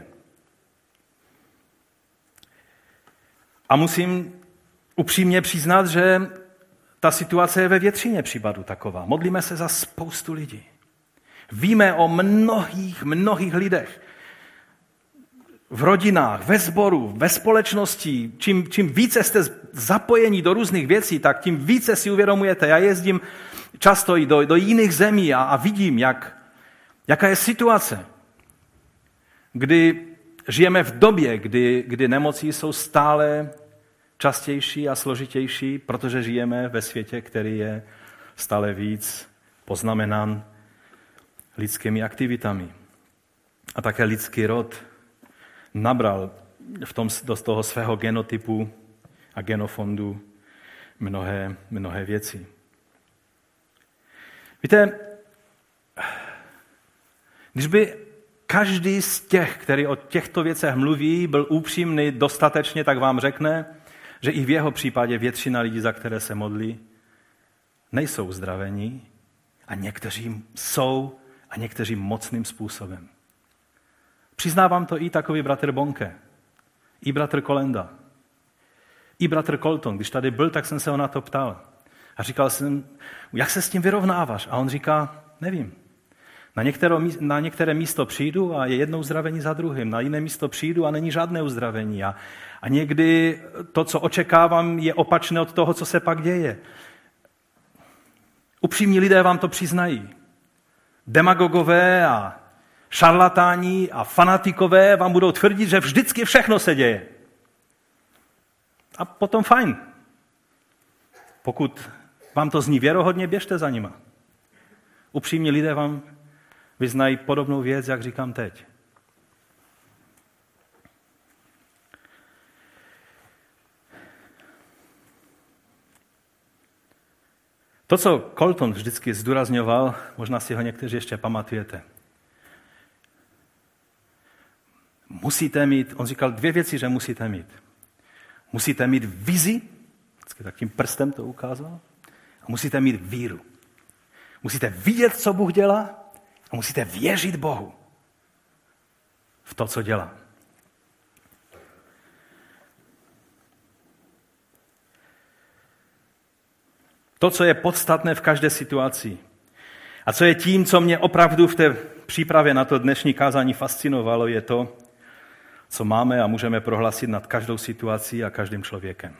A musím upřímně přiznat, že ta situace je ve většině případů taková. Modlíme se za spoustu lidí. Víme o mnohých, mnohých lidech. V rodinách, ve sboru, ve společnosti. Čím, čím více jste zapojení do různých věcí, tak tím více si uvědomujete. Já jezdím často i do, do jiných zemí a, a vidím, jak, jaká je situace. Kdy žijeme v době, kdy, kdy nemoci jsou stále častější a složitější, protože žijeme ve světě, který je stále víc poznamenán lidskými aktivitami. A také lidský rod nabral v tom, do toho svého genotypu a genofondu mnohé, mnohé věci. Víte, když by každý z těch, který o těchto věcech mluví, byl upřímný dostatečně, tak vám řekne, že i v jeho případě většina lidí, za které se modlí, nejsou uzdravení a někteří jsou a někteří mocným způsobem. Přiznávám to i takový bratr Bonke, i bratr Kolenda. I bratr Colton, když tady byl, tak jsem se ho na to ptal. A říkal jsem, jak se s tím vyrovnáváš? A on říká, nevím. Na, některé, na některé místo přijdu a je jedno uzdravení za druhým. Na jiné místo přijdu a není žádné uzdravení. A, a někdy to, co očekávám, je opačné od toho, co se pak děje. Upřímní lidé vám to přiznají. Demagogové a šarlatáni a fanatikové vám budou tvrdit, že vždycky všechno se děje. A potom fajn. Pokud vám to zní věrohodně, běžte za nima. Upřímní lidé vám vyznají podobnou věc, jak říkám teď. To, co Colton vždycky zdůrazňoval, možná si ho někteří ještě pamatujete. Musíte mít, on říkal dvě věci, že musíte mít. Musíte mít vizi, vždycky takým prstem to ukázal, a musíte mít víru. Musíte vidět, co Bůh dělá, a musíte věřit Bohu v to, co dělá. To, co je podstatné v každé situaci. A co je tím, co mě opravdu v té přípravě na to dnešní kázání fascinovalo, je to, co máme a můžeme prohlásit nad každou situací a každým člověkem.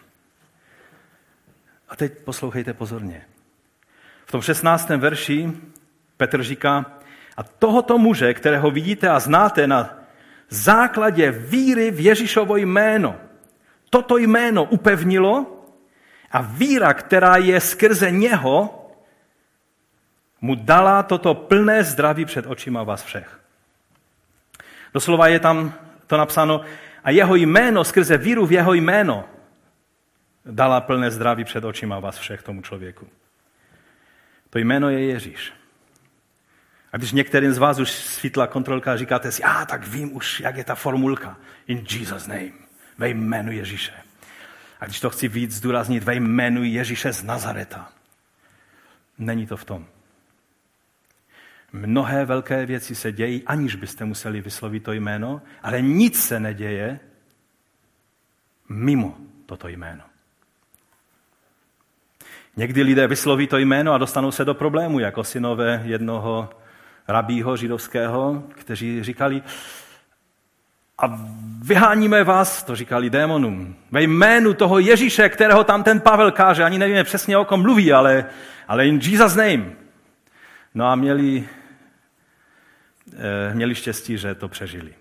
A teď poslouchejte pozorně. V tom šestnáctém verši Petr říká, a tohoto muže, kterého vidíte a znáte na základě víry v Ježíšovo jméno, toto jméno upevnilo a víra, která je skrze něho, mu dala toto plné zdraví před očima vás všech. Doslova je tam to napsáno, a jeho jméno, skrze víru v jeho jméno, dala plné zdraví před očima vás všech tomu člověku. To jméno je Ježíš. A když některým z vás už svítla kontrolka a říkáte si, a tak vím už, jak je ta formulka. In Jesus name. Ve jménu Ježíše. A když to chci víc zdůraznit, ve jménu Ježíše z Nazareta. Není to v tom. Mnohé velké věci se dějí, aniž byste museli vyslovit to jméno, ale nic se neděje mimo toto jméno. Někdy lidé vysloví to jméno a dostanou se do problému, jako synové jednoho rabího židovského, kteří říkali, a vyháníme vás, to říkali démonům, ve jménu toho Ježíše, kterého tam ten Pavel káže, ani nevíme přesně, o kom mluví, ale, ale in Jesus name. No a měli, eh, měli štěstí, že to přežili.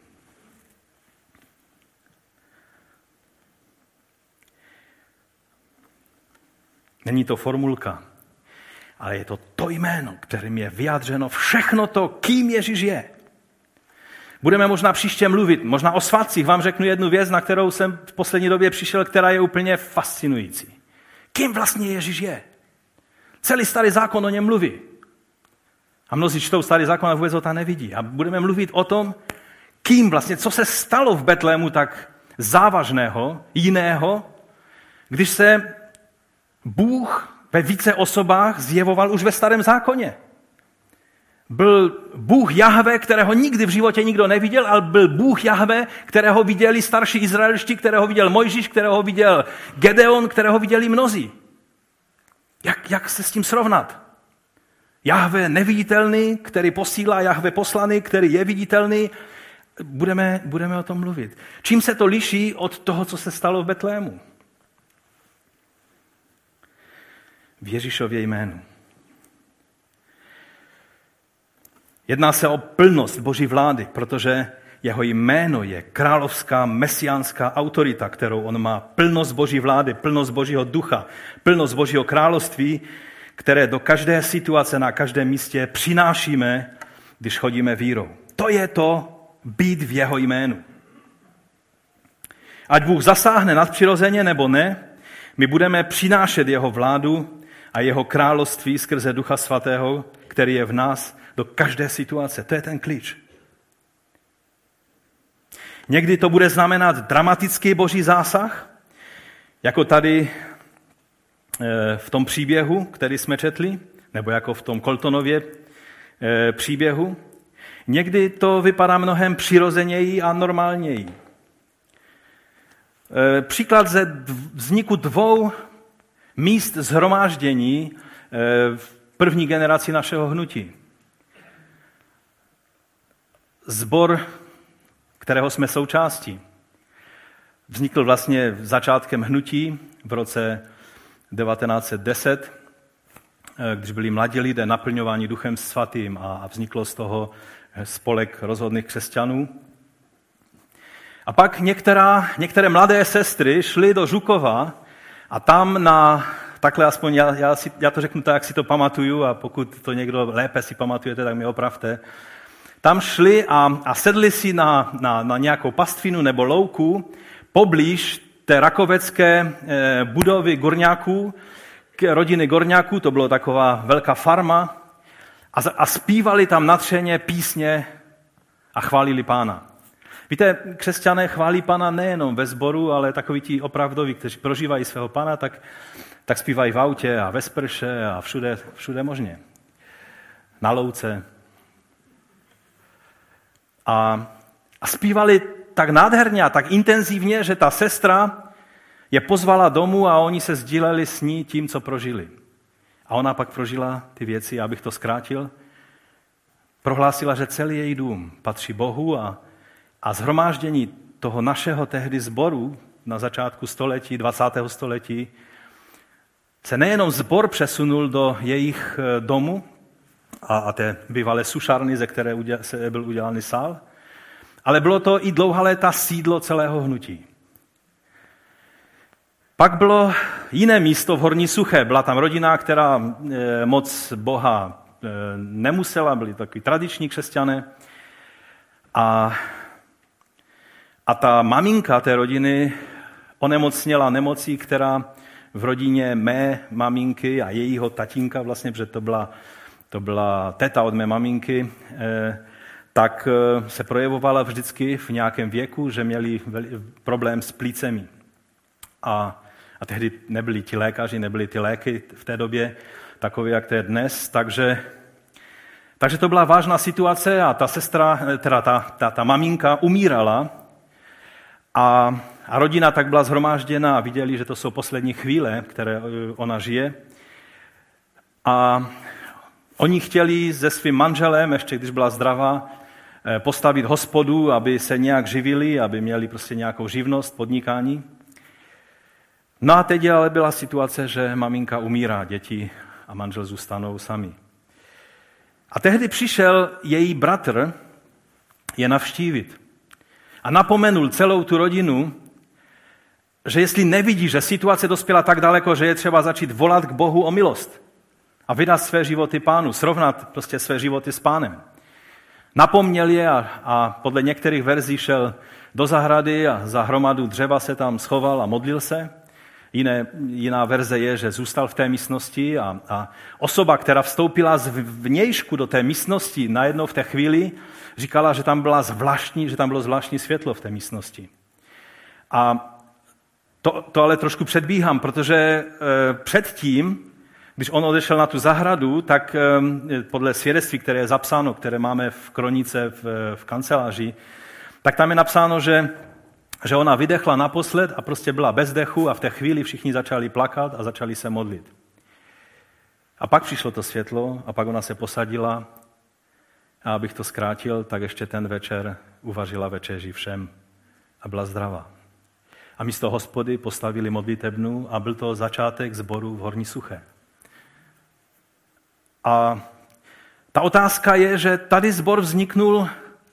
Není to formulka, ale je to to jméno, kterým je vyjádřeno všechno to, kým Ježíš je. Budeme možná příště mluvit, možná o svátcích vám řeknu jednu věc, na kterou jsem v poslední době přišel, která je úplně fascinující. Kým vlastně Ježíš je? Celý starý zákon o něm mluví. A mnozí čtou starý zákon a vůbec ho tam nevidí. A budeme mluvit o tom, kým vlastně, co se stalo v Betlému tak závažného, jiného, když se Bůh ve více osobách zjevoval už ve starém zákoně. Byl Bůh Jahve, kterého nikdy v životě nikdo neviděl, ale byl Bůh Jahve, kterého viděli starší izraelští, kterého viděl Mojžíš, kterého viděl Gedeon, kterého viděli mnozí. Jak, jak se s tím srovnat? Jahve neviditelný, který posílá, Jahve poslaný, který je viditelný. Budeme, budeme o tom mluvit. Čím se to liší od toho, co se stalo v Betlému? V Ježíšově jménu. Jedná se o plnost Boží vlády, protože jeho jméno je královská, mesiánská autorita, kterou on má. Plnost Boží vlády, plnost Božího ducha, plnost Božího království, které do každé situace na každém místě přinášíme, když chodíme vírou. To je to být v jeho jménu. Ať Bůh zasáhne nadpřirozeně nebo ne, my budeme přinášet jeho vládu a jeho království skrze Ducha Svatého, který je v nás, do každé situace. To je ten klíč. Někdy to bude znamenat dramatický Boží zásah, jako tady v tom příběhu, který jsme četli, nebo jako v tom Coltonově příběhu. Někdy to vypadá mnohem přirozeněji a normálněji. Příklad ze vzniku dvou míst shromáždění v první generaci našeho hnutí. Sbor, kterého jsme součástí, vznikl vlastně začátkem hnutí v roce devatenáct set deset, když byli mladí lidé naplňováni Duchem Svatým a vzniklo z toho spolek rozhodných křesťanů. A pak některá, některé mladé sestry šly do Žukova a tam na, takhle aspoň já, já, si, já to řeknu tak, jak si to pamatuju, a pokud to někdo lépe si pamatujete, tak mi opravte. Tam šli a, a sedli si na, na, na nějakou pastvinu nebo louku poblíž té rakovecké eh, budovy Gorňáků, rodiny Gorňáků, to byla taková velká farma, a, a zpívali tam natřeně písně a chválili Pána. Víte, křesťané chválí Pána nejenom ve sboru, ale takoví ti opravdoví, kteří prožívají svého Pána, tak, tak zpívají v autě a ve sprše a všude, všude možně. Na louce. A, a zpívali tak nádherně a tak intenzivně, že ta sestra je pozvala domů a oni se sdíleli s ní tím, co prožili. A ona pak prožila ty věci, abych to zkrátil, prohlásila, že celý její dům patří Bohu a, a shromáždění toho našeho tehdy sboru na začátku století, dvacátého století, se nejenom sbor přesunul do jejich domu a, a té bývalé sušárny, ze které se byl udělaný sál, ale bylo to i dlouhá léta sídlo celého hnutí. Pak bylo jiné místo v Horní Suché. Byla tam rodina, která moc Boha nemusela, byli takový tradiční křesťané. A, a ta maminka té rodiny onemocněla nemocí, která v rodině mé maminky a jejího tatínka, vlastně, protože to byla, to byla teta od mé maminky, tak se projevovala vždycky v nějakém věku, že měli problém s plícemi. A, a tehdy nebyli ti lékaři, nebyly ty léky v té době takové, jak to je dnes. Takže, takže to byla vážná situace a ta sestra, teda ta, ta, ta maminka umírala a, a rodina tak byla shromážděna a viděli, že to jsou poslední chvíle, které ona žije. A oni chtěli se svým manželem, ještě když byla zdravá, postavit hospodu, aby se nějak živili, aby měli prostě nějakou živnost, podnikání. No a teď ale byla situace, že maminka umírá, děti a manžel zůstanou sami. A tehdy přišel její bratr je navštívit. A napomenul celou tu rodinu, že jestli nevidí, že situace dospěla tak daleko, že je třeba začít volat k Bohu o milost a vydat své životy Pánu, srovnat prostě své životy s Pánem. Napomněl je a, a podle některých verzí šel do zahrady a za hromadu dřeva se tam schoval a modlil se. Jiné, jiná verze je, že zůstal v té místnosti a, a osoba, která vstoupila z vnějšku do té místnosti, najednou v té chvíli říkala, že tam, byla zvláštní, že tam bylo zvláštní světlo v té místnosti. A to, to ale trošku předbíhám, protože e, předtím, když on odešel na tu zahradu, tak e, podle svědectví, které je zapsáno, které máme v kronice v, v kanceláři, tak tam je napsáno, že že ona vydechla naposled a prostě byla bez dechu a v té chvíli všichni začali plakat a začali se modlit. A pak přišlo to světlo a pak ona se posadila a abych to zkrátil, tak ještě ten večer uvařila večeři všem a byla zdravá. A místo hospody postavili modlitebnu a byl to začátek sboru v Horní Suché. A ta otázka je, že tady sbor vzniknul,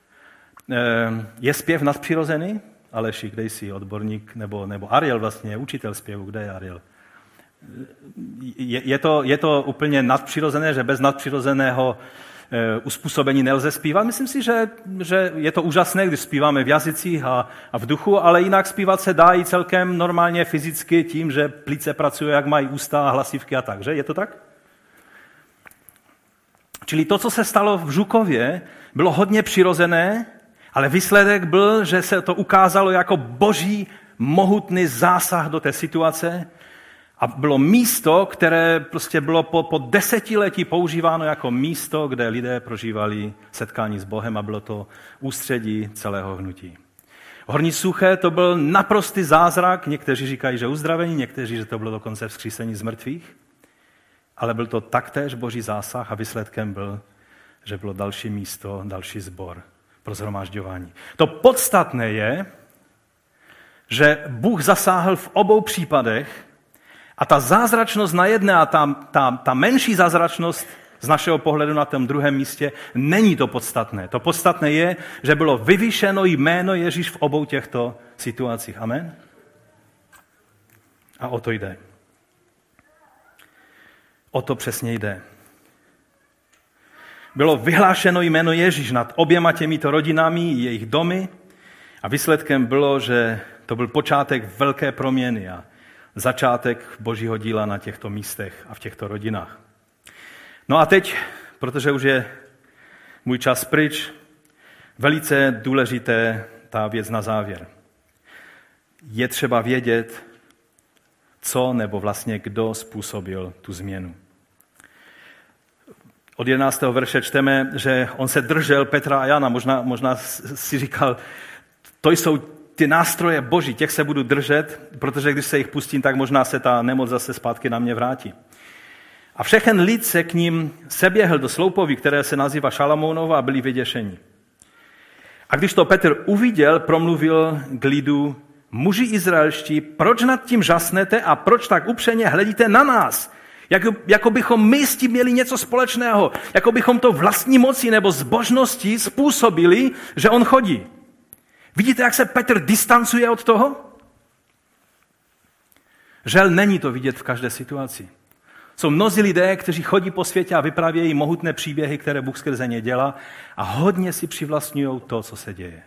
je zpěv nadpřirozený? Aleši, kde jsi odborník, nebo, nebo Ariel vlastně, učitel zpěvu, kde je Ariel? Je, je, to, je to úplně nadpřirozené, že bez nadpřirozeného e, uspůsobení nelze zpívat? Myslím si, že, že je to úžasné, když zpíváme v jazycích a, a v duchu, ale jinak zpívat se dá i celkem normálně fyzicky tím, že plíce pracuje, jak mají ústa a hlasivky a tak, že? Je to tak? Čili to, co se stalo v Žukově, bylo hodně přirozené, ale výsledek byl, že se to ukázalo jako boží mohutný zásah do té situace a bylo místo, které prostě bylo po, po desetiletí používáno jako místo, kde lidé prožívali setkání s Bohem a bylo to ústředí celého hnutí. Horní Suché to byl naprostý zázrak, někteří říkají, že uzdravení, někteří, že to bylo dokonce vzkřísení z mrtvých, ale byl to taktéž Boží zásah a výsledkem byl, že bylo další místo, další sbor pro shromažďování. To podstatné je, že Bůh zasáhl v obou případech a ta zázračnost na jedné a ta, ta, ta menší zázračnost z našeho pohledu na tom druhém místě není to podstatné. To podstatné je, že bylo vyvýšeno jméno Ježíš v obou těchto situacích. Amen? A o to jde. O to přesně jde. Bylo vyhlášeno jméno Ježíš nad oběma těmito rodinami, jejich domy a výsledkem bylo, že to byl počátek velké proměny a začátek Božího díla na těchto místech a v těchto rodinách. No a teď, protože už je můj čas pryč, velice důležité ta věc na závěr. Je třeba vědět, co nebo vlastně kdo způsobil tu změnu. Od jedenáctého verše čteme, že on se držel Petra a Jana. Možná, možná si říkal, to jsou ty nástroje Boží, těch se budu držet, protože když se jich pustím, tak možná se ta nemoc zase zpátky na mě vrátí. A všechen lid se k ním seběhl do sloupoví, které se nazývá Šalamounova, a byli vyděšeni. A když to Petr uviděl, promluvil k lidu: muži izraelští, proč nad tím žasnete a proč tak upřeně hledíte na nás? Jako, jako bychom my s tím měli něco společného, jako bychom to vlastní moci nebo zbožností způsobili, že on chodí. Vidíte, jak se Petr distancuje od toho? Žel, není to vidět v každé situaci. Jsou mnozí lidé, kteří chodí po světě a vyprávějí mohutné příběhy, které Bůh skrze ně dělá, a hodně si přivlastňují to, co se děje.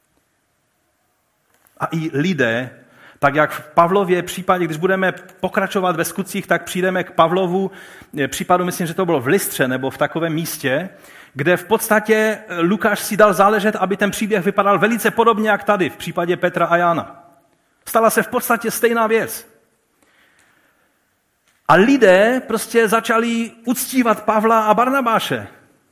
A i lidé, tak jak v Pavlově případě, když budeme pokračovat ve skutcích, tak přijdeme k Pavlovu případu, myslím, že to bylo v Lystře nebo v takovém místě, kde v podstatě Lukáš si dal záležet, aby ten příběh vypadal velice podobně jak tady v případě Petra a Jana. Stala se v podstatě stejná věc. A lidé prostě začali uctívat Pavla a Barnabáše.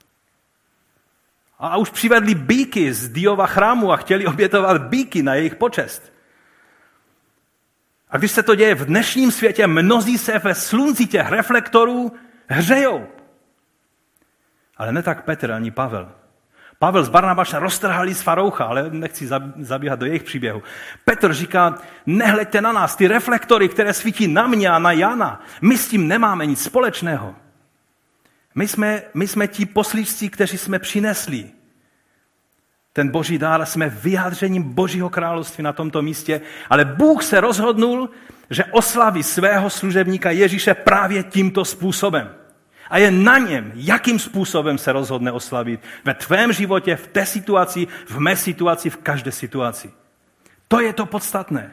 A už přivedli býky z Diova chrámu a chtěli obětovat býky na jejich počest. A když se to děje v dnešním světě, mnozí se ve slunci těch reflektorů hřejou. Ale ne tak Petr ani Pavel. Pavel s Barnabášem roztrhali z faroucha, ale nechci zabíhat do jejich příběhu. Petr říká, nehleďte na nás, ty reflektory, které svítí na mě a na Jana, my s tím nemáme nic společného. My jsme, my jsme ti poslíčci, kteří jsme přinesli ten Boží dár, jsme vyjádřením Božího království na tomto místě, ale Bůh se rozhodnul, že oslaví svého služebníka Ježíše právě tímto způsobem. A je na něm, jakým způsobem se rozhodne oslavit ve tvém životě, v té situaci, v mé situaci, v každé situaci. To je to podstatné.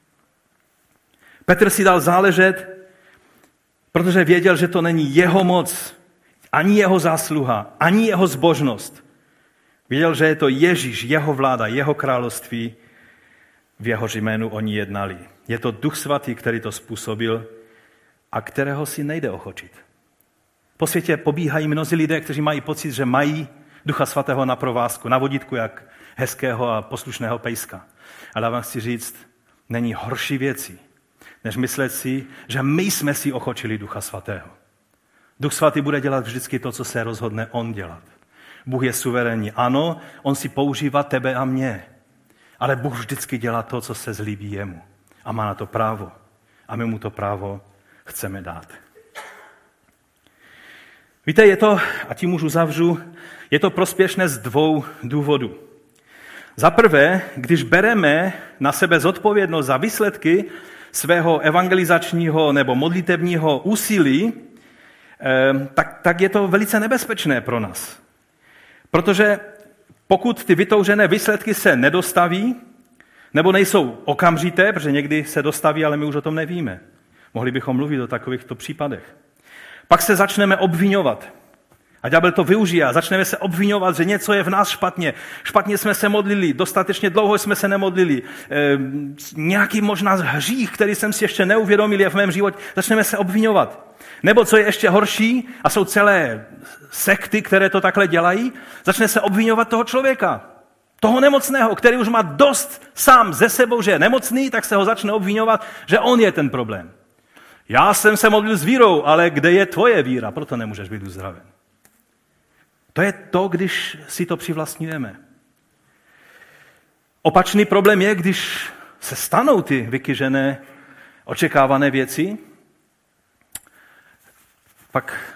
Petr si dal záležet, protože věděl, že to není jeho moc, ani jeho zásluha, ani jeho zbožnost. Věděl, že je to Ježíš, jeho vláda, jeho království, v jehož jménu oni jednali. Je to Duch Svatý, který to způsobil a kterého si nejde ochočit. Po světě pobíhají mnozí lidé, kteří mají pocit, že mají Ducha Svatého na provázku, na vodítku, jak hezkého a poslušného pejska. Ale já vám chci říct, není horší věci, než myslet si, že my jsme si ochočili Ducha Svatého. Duch Svatý bude dělat vždycky to, co se rozhodne on dělat. Bůh je suverénní. Ano, on si používá tebe a mě. Ale Bůh vždycky dělá to, co se zlíbí jemu. A má na to právo. A my mu to právo chceme dát. Víte, je to, a tím už uzavřu, je to prospěšné z dvou důvodů. Za prvé, když bereme na sebe zodpovědnost za výsledky svého evangelizačního nebo modlitevního úsilí, tak, tak je to velice nebezpečné pro nás. Protože pokud ty vytoužené výsledky se nedostaví, nebo nejsou okamžité, protože někdy se dostaví, ale my už o tom nevíme. Mohli bychom mluvit o takovýchto případech. Pak se začneme obviňovat. A ďábel to využije a začneme se obviňovat, že něco je v nás špatně. Špatně jsme se modlili, dostatečně dlouho jsme se nemodlili. E, nějaký možná hřích, který jsem si ještě neuvědomil, je v mém životě. Začneme se obviňovat. Nebo co je ještě horší, a jsou celé sekty, které to takhle dělají, začne se obviňovat toho člověka. Toho nemocného, který už má dost sám ze sebou, že je nemocný, tak se ho začne obvinovat, že on je ten problém. Já jsem se modlil s vírou, ale kde je tvoje víra? Proto nemůžeš být uzdraven. To je to, když si to přivlastňujeme. Opačný problém je, když se stanou ty vykyžené, očekávané věci, pak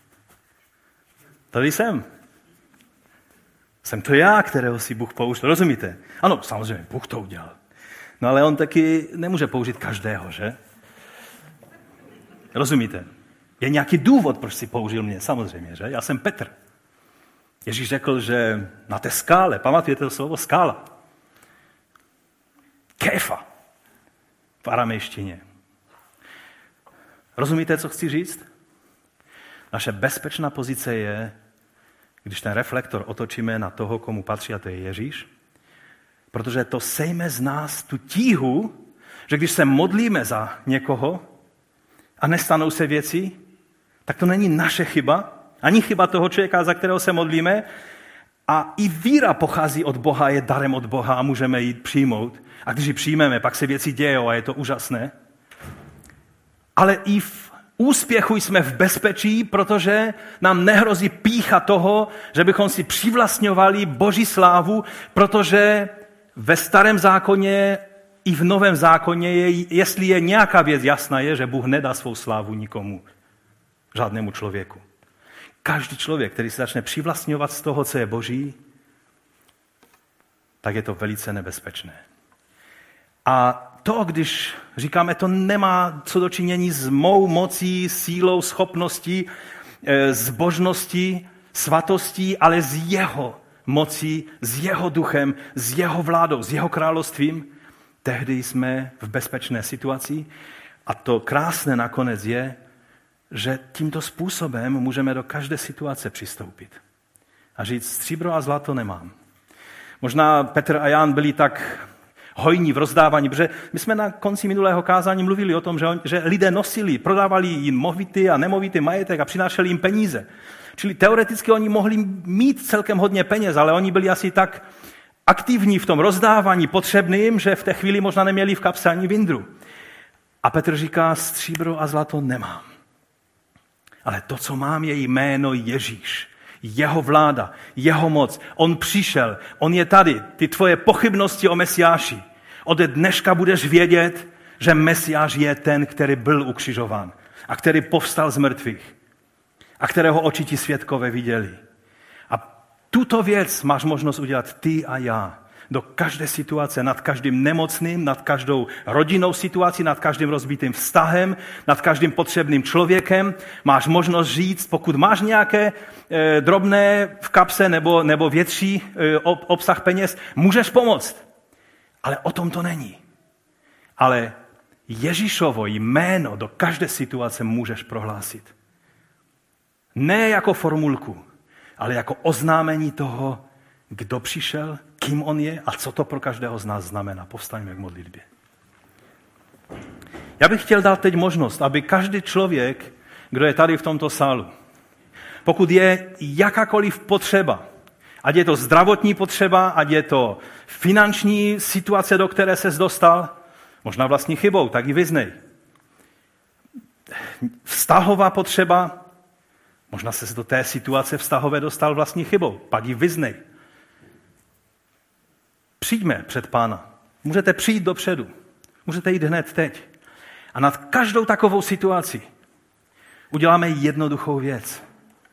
tady jsem. Jsem to já, kterého si Bůh použil. Rozumíte? Ano, samozřejmě, Bůh to udělal. No ale on taky nemůže použít každého, že? Rozumíte? Je nějaký důvod, proč si použil mě, samozřejmě, že? Já jsem Petr. Ježíš řekl, že na té skále, pamatujete to slovo skála? Kéfa v aramejštině. Rozumíte, co chci říct? Naše bezpečná pozice je, když ten reflektor otočíme na toho, komu patří, a to je Ježíš, protože to sejme z nás tu tíhu, že když se modlíme za někoho a nestanou se věci, tak to není naše chyba, ani chyba toho člověka, za kterého se modlíme, a i víra pochází od Boha, je darem od Boha a můžeme ji přijmout. A když ji přijmeme, pak se věci dějou a je to úžasné. Ale i v úspěchu jsme v bezpečí, protože nám nehrozí pýcha toho, že bychom si přivlastňovali Boží slávu, protože ve starém zákoně i v novém zákoně, je, jestli je nějaká věc jasná, je, že Bůh nedá svou slávu nikomu, žádnému člověku. Každý člověk, který se začne přivlastňovat z toho, co je Boží, tak je to velice nebezpečné. A to, když říkáme, to nemá co dočinění s mou mocí, sílou, schopností, zbožností, svatostí, ale s jeho mocí, s jeho duchem, s jeho vládou, s jeho královstvím, tehdy jsme v bezpečné situaci. A to krásné nakonec je, že tímto způsobem můžeme do každé situace přistoupit. A říct, stříbro a zlato nemám. Možná Petr a Jan byli tak hojní v rozdávání, protože my jsme na konci minulého kázání mluvili o tom, že, on, že lidé nosili, prodávali jim movitý a nemovitý majetek a přinášeli jim peníze. Čili teoreticky oni mohli mít celkem hodně peněz, ale oni byli asi tak aktivní v tom rozdávání potřebným, že v té chvíli možná neměli v kapse ani vindru. A Petr říká, stříbro a zlato nemám. Ale to, co mám, je jméno Ježíš. Jeho vláda, jeho moc. On přišel, on je tady. Ty tvoje pochybnosti o Mesiáši. Od dneška budeš vědět, že Mesiáš je ten, který byl ukřižován a který povstal z mrtvých a kterého oči ti svědkové viděli. A tuto věc máš možnost udělat ty a já. Do každé situace, nad každým nemocným, nad každou rodinnou situací, nad každým rozbitým vztahem, nad každým potřebným člověkem. Máš možnost říct, pokud máš nějaké e, drobné v kapse nebo, nebo větší e, obsah peněz, můžeš pomoct. Ale o tom to není. Ale Ježíšovo jméno do každé situace můžeš prohlásit. Ne jako formulku, ale jako oznámení toho, kdo přišel, kým on je a co to pro každého z nás znamená. Povstaňme k modlitbě. Já bych chtěl dát teď možnost, aby každý člověk, kdo je tady v tomto sálu, pokud je jakákoliv potřeba, ať je to zdravotní potřeba, ať je to finanční situace, do které ses dostal, možná vlastní chybou, tak ji vyznej. Vztahová potřeba, možná ses do té situace vztahové dostal vlastní chybou, pak ji vyznej. Přijďme před Pána. Můžete přijít dopředu. Můžete jít hned teď. A nad každou takovou situaci uděláme jednoduchou věc.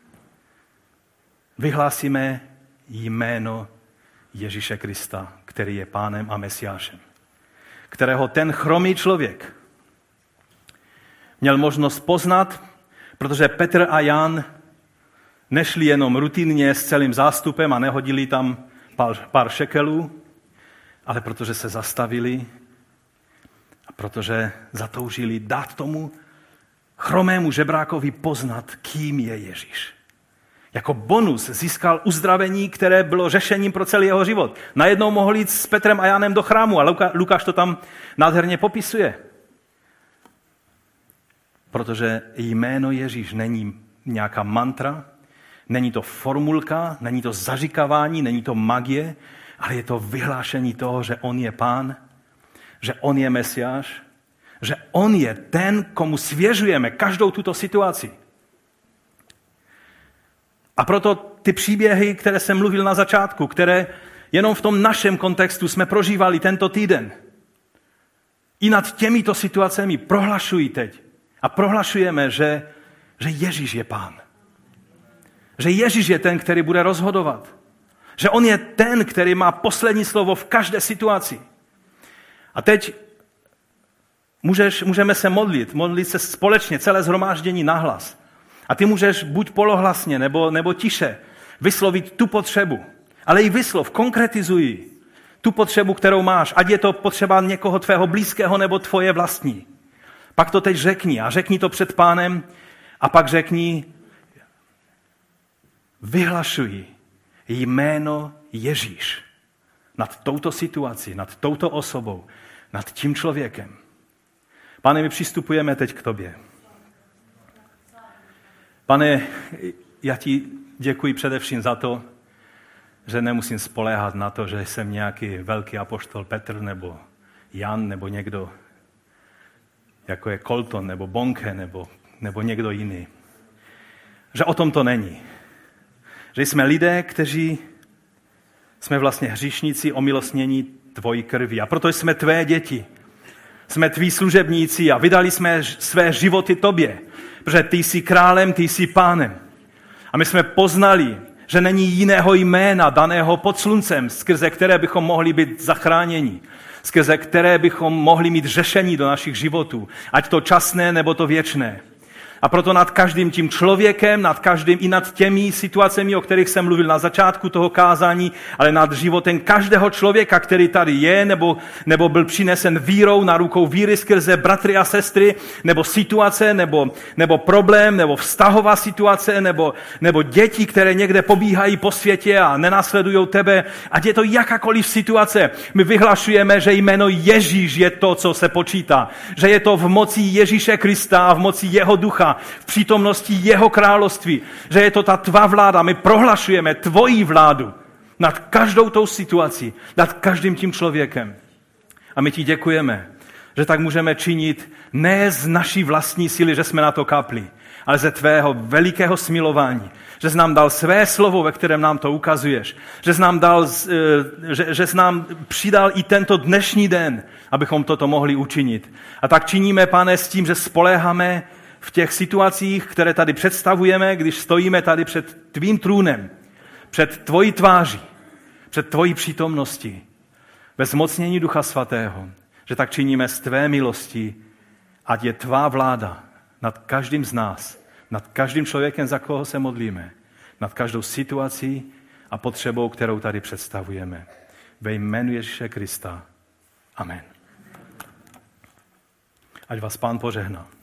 Vyhlásíme jméno Ježíše Krista, který je Pánem a Mesiášem, kterého ten chromý člověk měl možnost poznat, protože Petr a Jan nešli jenom rutinně s celým zástupem a nehodili tam pár, pár šekelů, ale protože se zastavili a protože zatoužili dát tomu chromému žebrákovi poznat, kým je Ježíš. Jako bonus získal uzdravení, které bylo řešením pro celý jeho život. Najednou mohl jít s Petrem a Janem do chrámu a Lukáš to tam nádherně popisuje. Protože jméno Ježíš není nějaká mantra, není to formulka, není to zaříkávání, není to magie, ale je to vyhlášení toho, že on je Pán, že on je Mesiáš, že on je ten, komu svěřujeme každou tuto situaci. A proto ty příběhy, které jsem mluvil na začátku, které jenom v tom našem kontextu jsme prožívali tento týden, i nad těmito situacemi prohlašují teď. A prohlašujeme, že, že Ježíš je Pán. Že Ježíš je ten, který bude rozhodovat. Že on je ten, který má poslední slovo v každé situaci. A teď můžeš, můžeme se modlit, modlit se společně, celé shromáždění nahlas. A ty můžeš buď polohlasně, nebo, nebo tiše vyslovit tu potřebu. Ale i vyslov, konkretizuj tu potřebu, kterou máš. Ať je to potřeba někoho tvého blízkého, nebo tvoje vlastní. Pak to teď řekni a řekni to před Pánem a pak řekni, vyhlašuji jméno Ježíš nad touto situací, nad touto osobou, nad tím člověkem. Pane, my přistupujeme teď k tobě. Pane, já ti děkuji především za to, že nemusím spoléhat na to, že jsem nějaký velký apoštol Petr nebo Jan nebo někdo, jako je Colton nebo Bonke nebo, nebo někdo jiný. Že o tom to není. Že jsme lidé, kteří jsme vlastně hříšníci omilostnění tvojí krví. A proto jsme tvé děti. Jsme tví služebníci a vydali jsme své životy tobě. Protože ty jsi králem, ty jsi pánem. A my jsme poznali, že není jiného jména daného pod sluncem, skrze které bychom mohli být zachráněni. Skrze které bychom mohli mít řešení do našich životů. Ať to časné, nebo to věčné. A proto nad každým tím člověkem, nad každým i nad těmi situacemi, o kterých jsem mluvil na začátku toho kázání, ale nad životem každého člověka, který tady je, nebo, nebo byl přinesen vírou na rukou víry skrze bratry a sestry, nebo situace, nebo, nebo problém, nebo vztahová situace, nebo, nebo děti, které někde pobíhají po světě a nenásledují tebe. Ať je to jakákoliv situace, my vyhlašujeme, že jméno Ježíš je to, co se počítá. Že je to v moci Ježíše Krista a v moci jeho ducha, v přítomnosti jeho království, že je to ta tvá vláda. My prohlašujeme tvoji vládu nad každou tou situací, nad každým tím člověkem. A my ti děkujeme, že tak můžeme činit ne z naší vlastní síly, že jsme na to kapli, ale ze tvého velikého smilování, že jsi nám dal své slovo, ve kterém nám to ukazuješ, že jsi nám, dal, že, že jsi nám přidal i tento dnešní den, abychom toto mohli učinit. A tak činíme, Pane, s tím, že spoléháme v těch situacích, které tady představujeme, když stojíme tady před tvým trůnem, před tvojí tváří, před tvojí přítomností, ve zmocnění Ducha Svatého, že tak činíme z tvé milosti, ať je tvá vláda nad každým z nás, nad každým člověkem, za koho se modlíme, nad každou situací a potřebou, kterou tady představujeme. Ve jménu Ježíše Krista. Amen. Ať vás Pán požehná.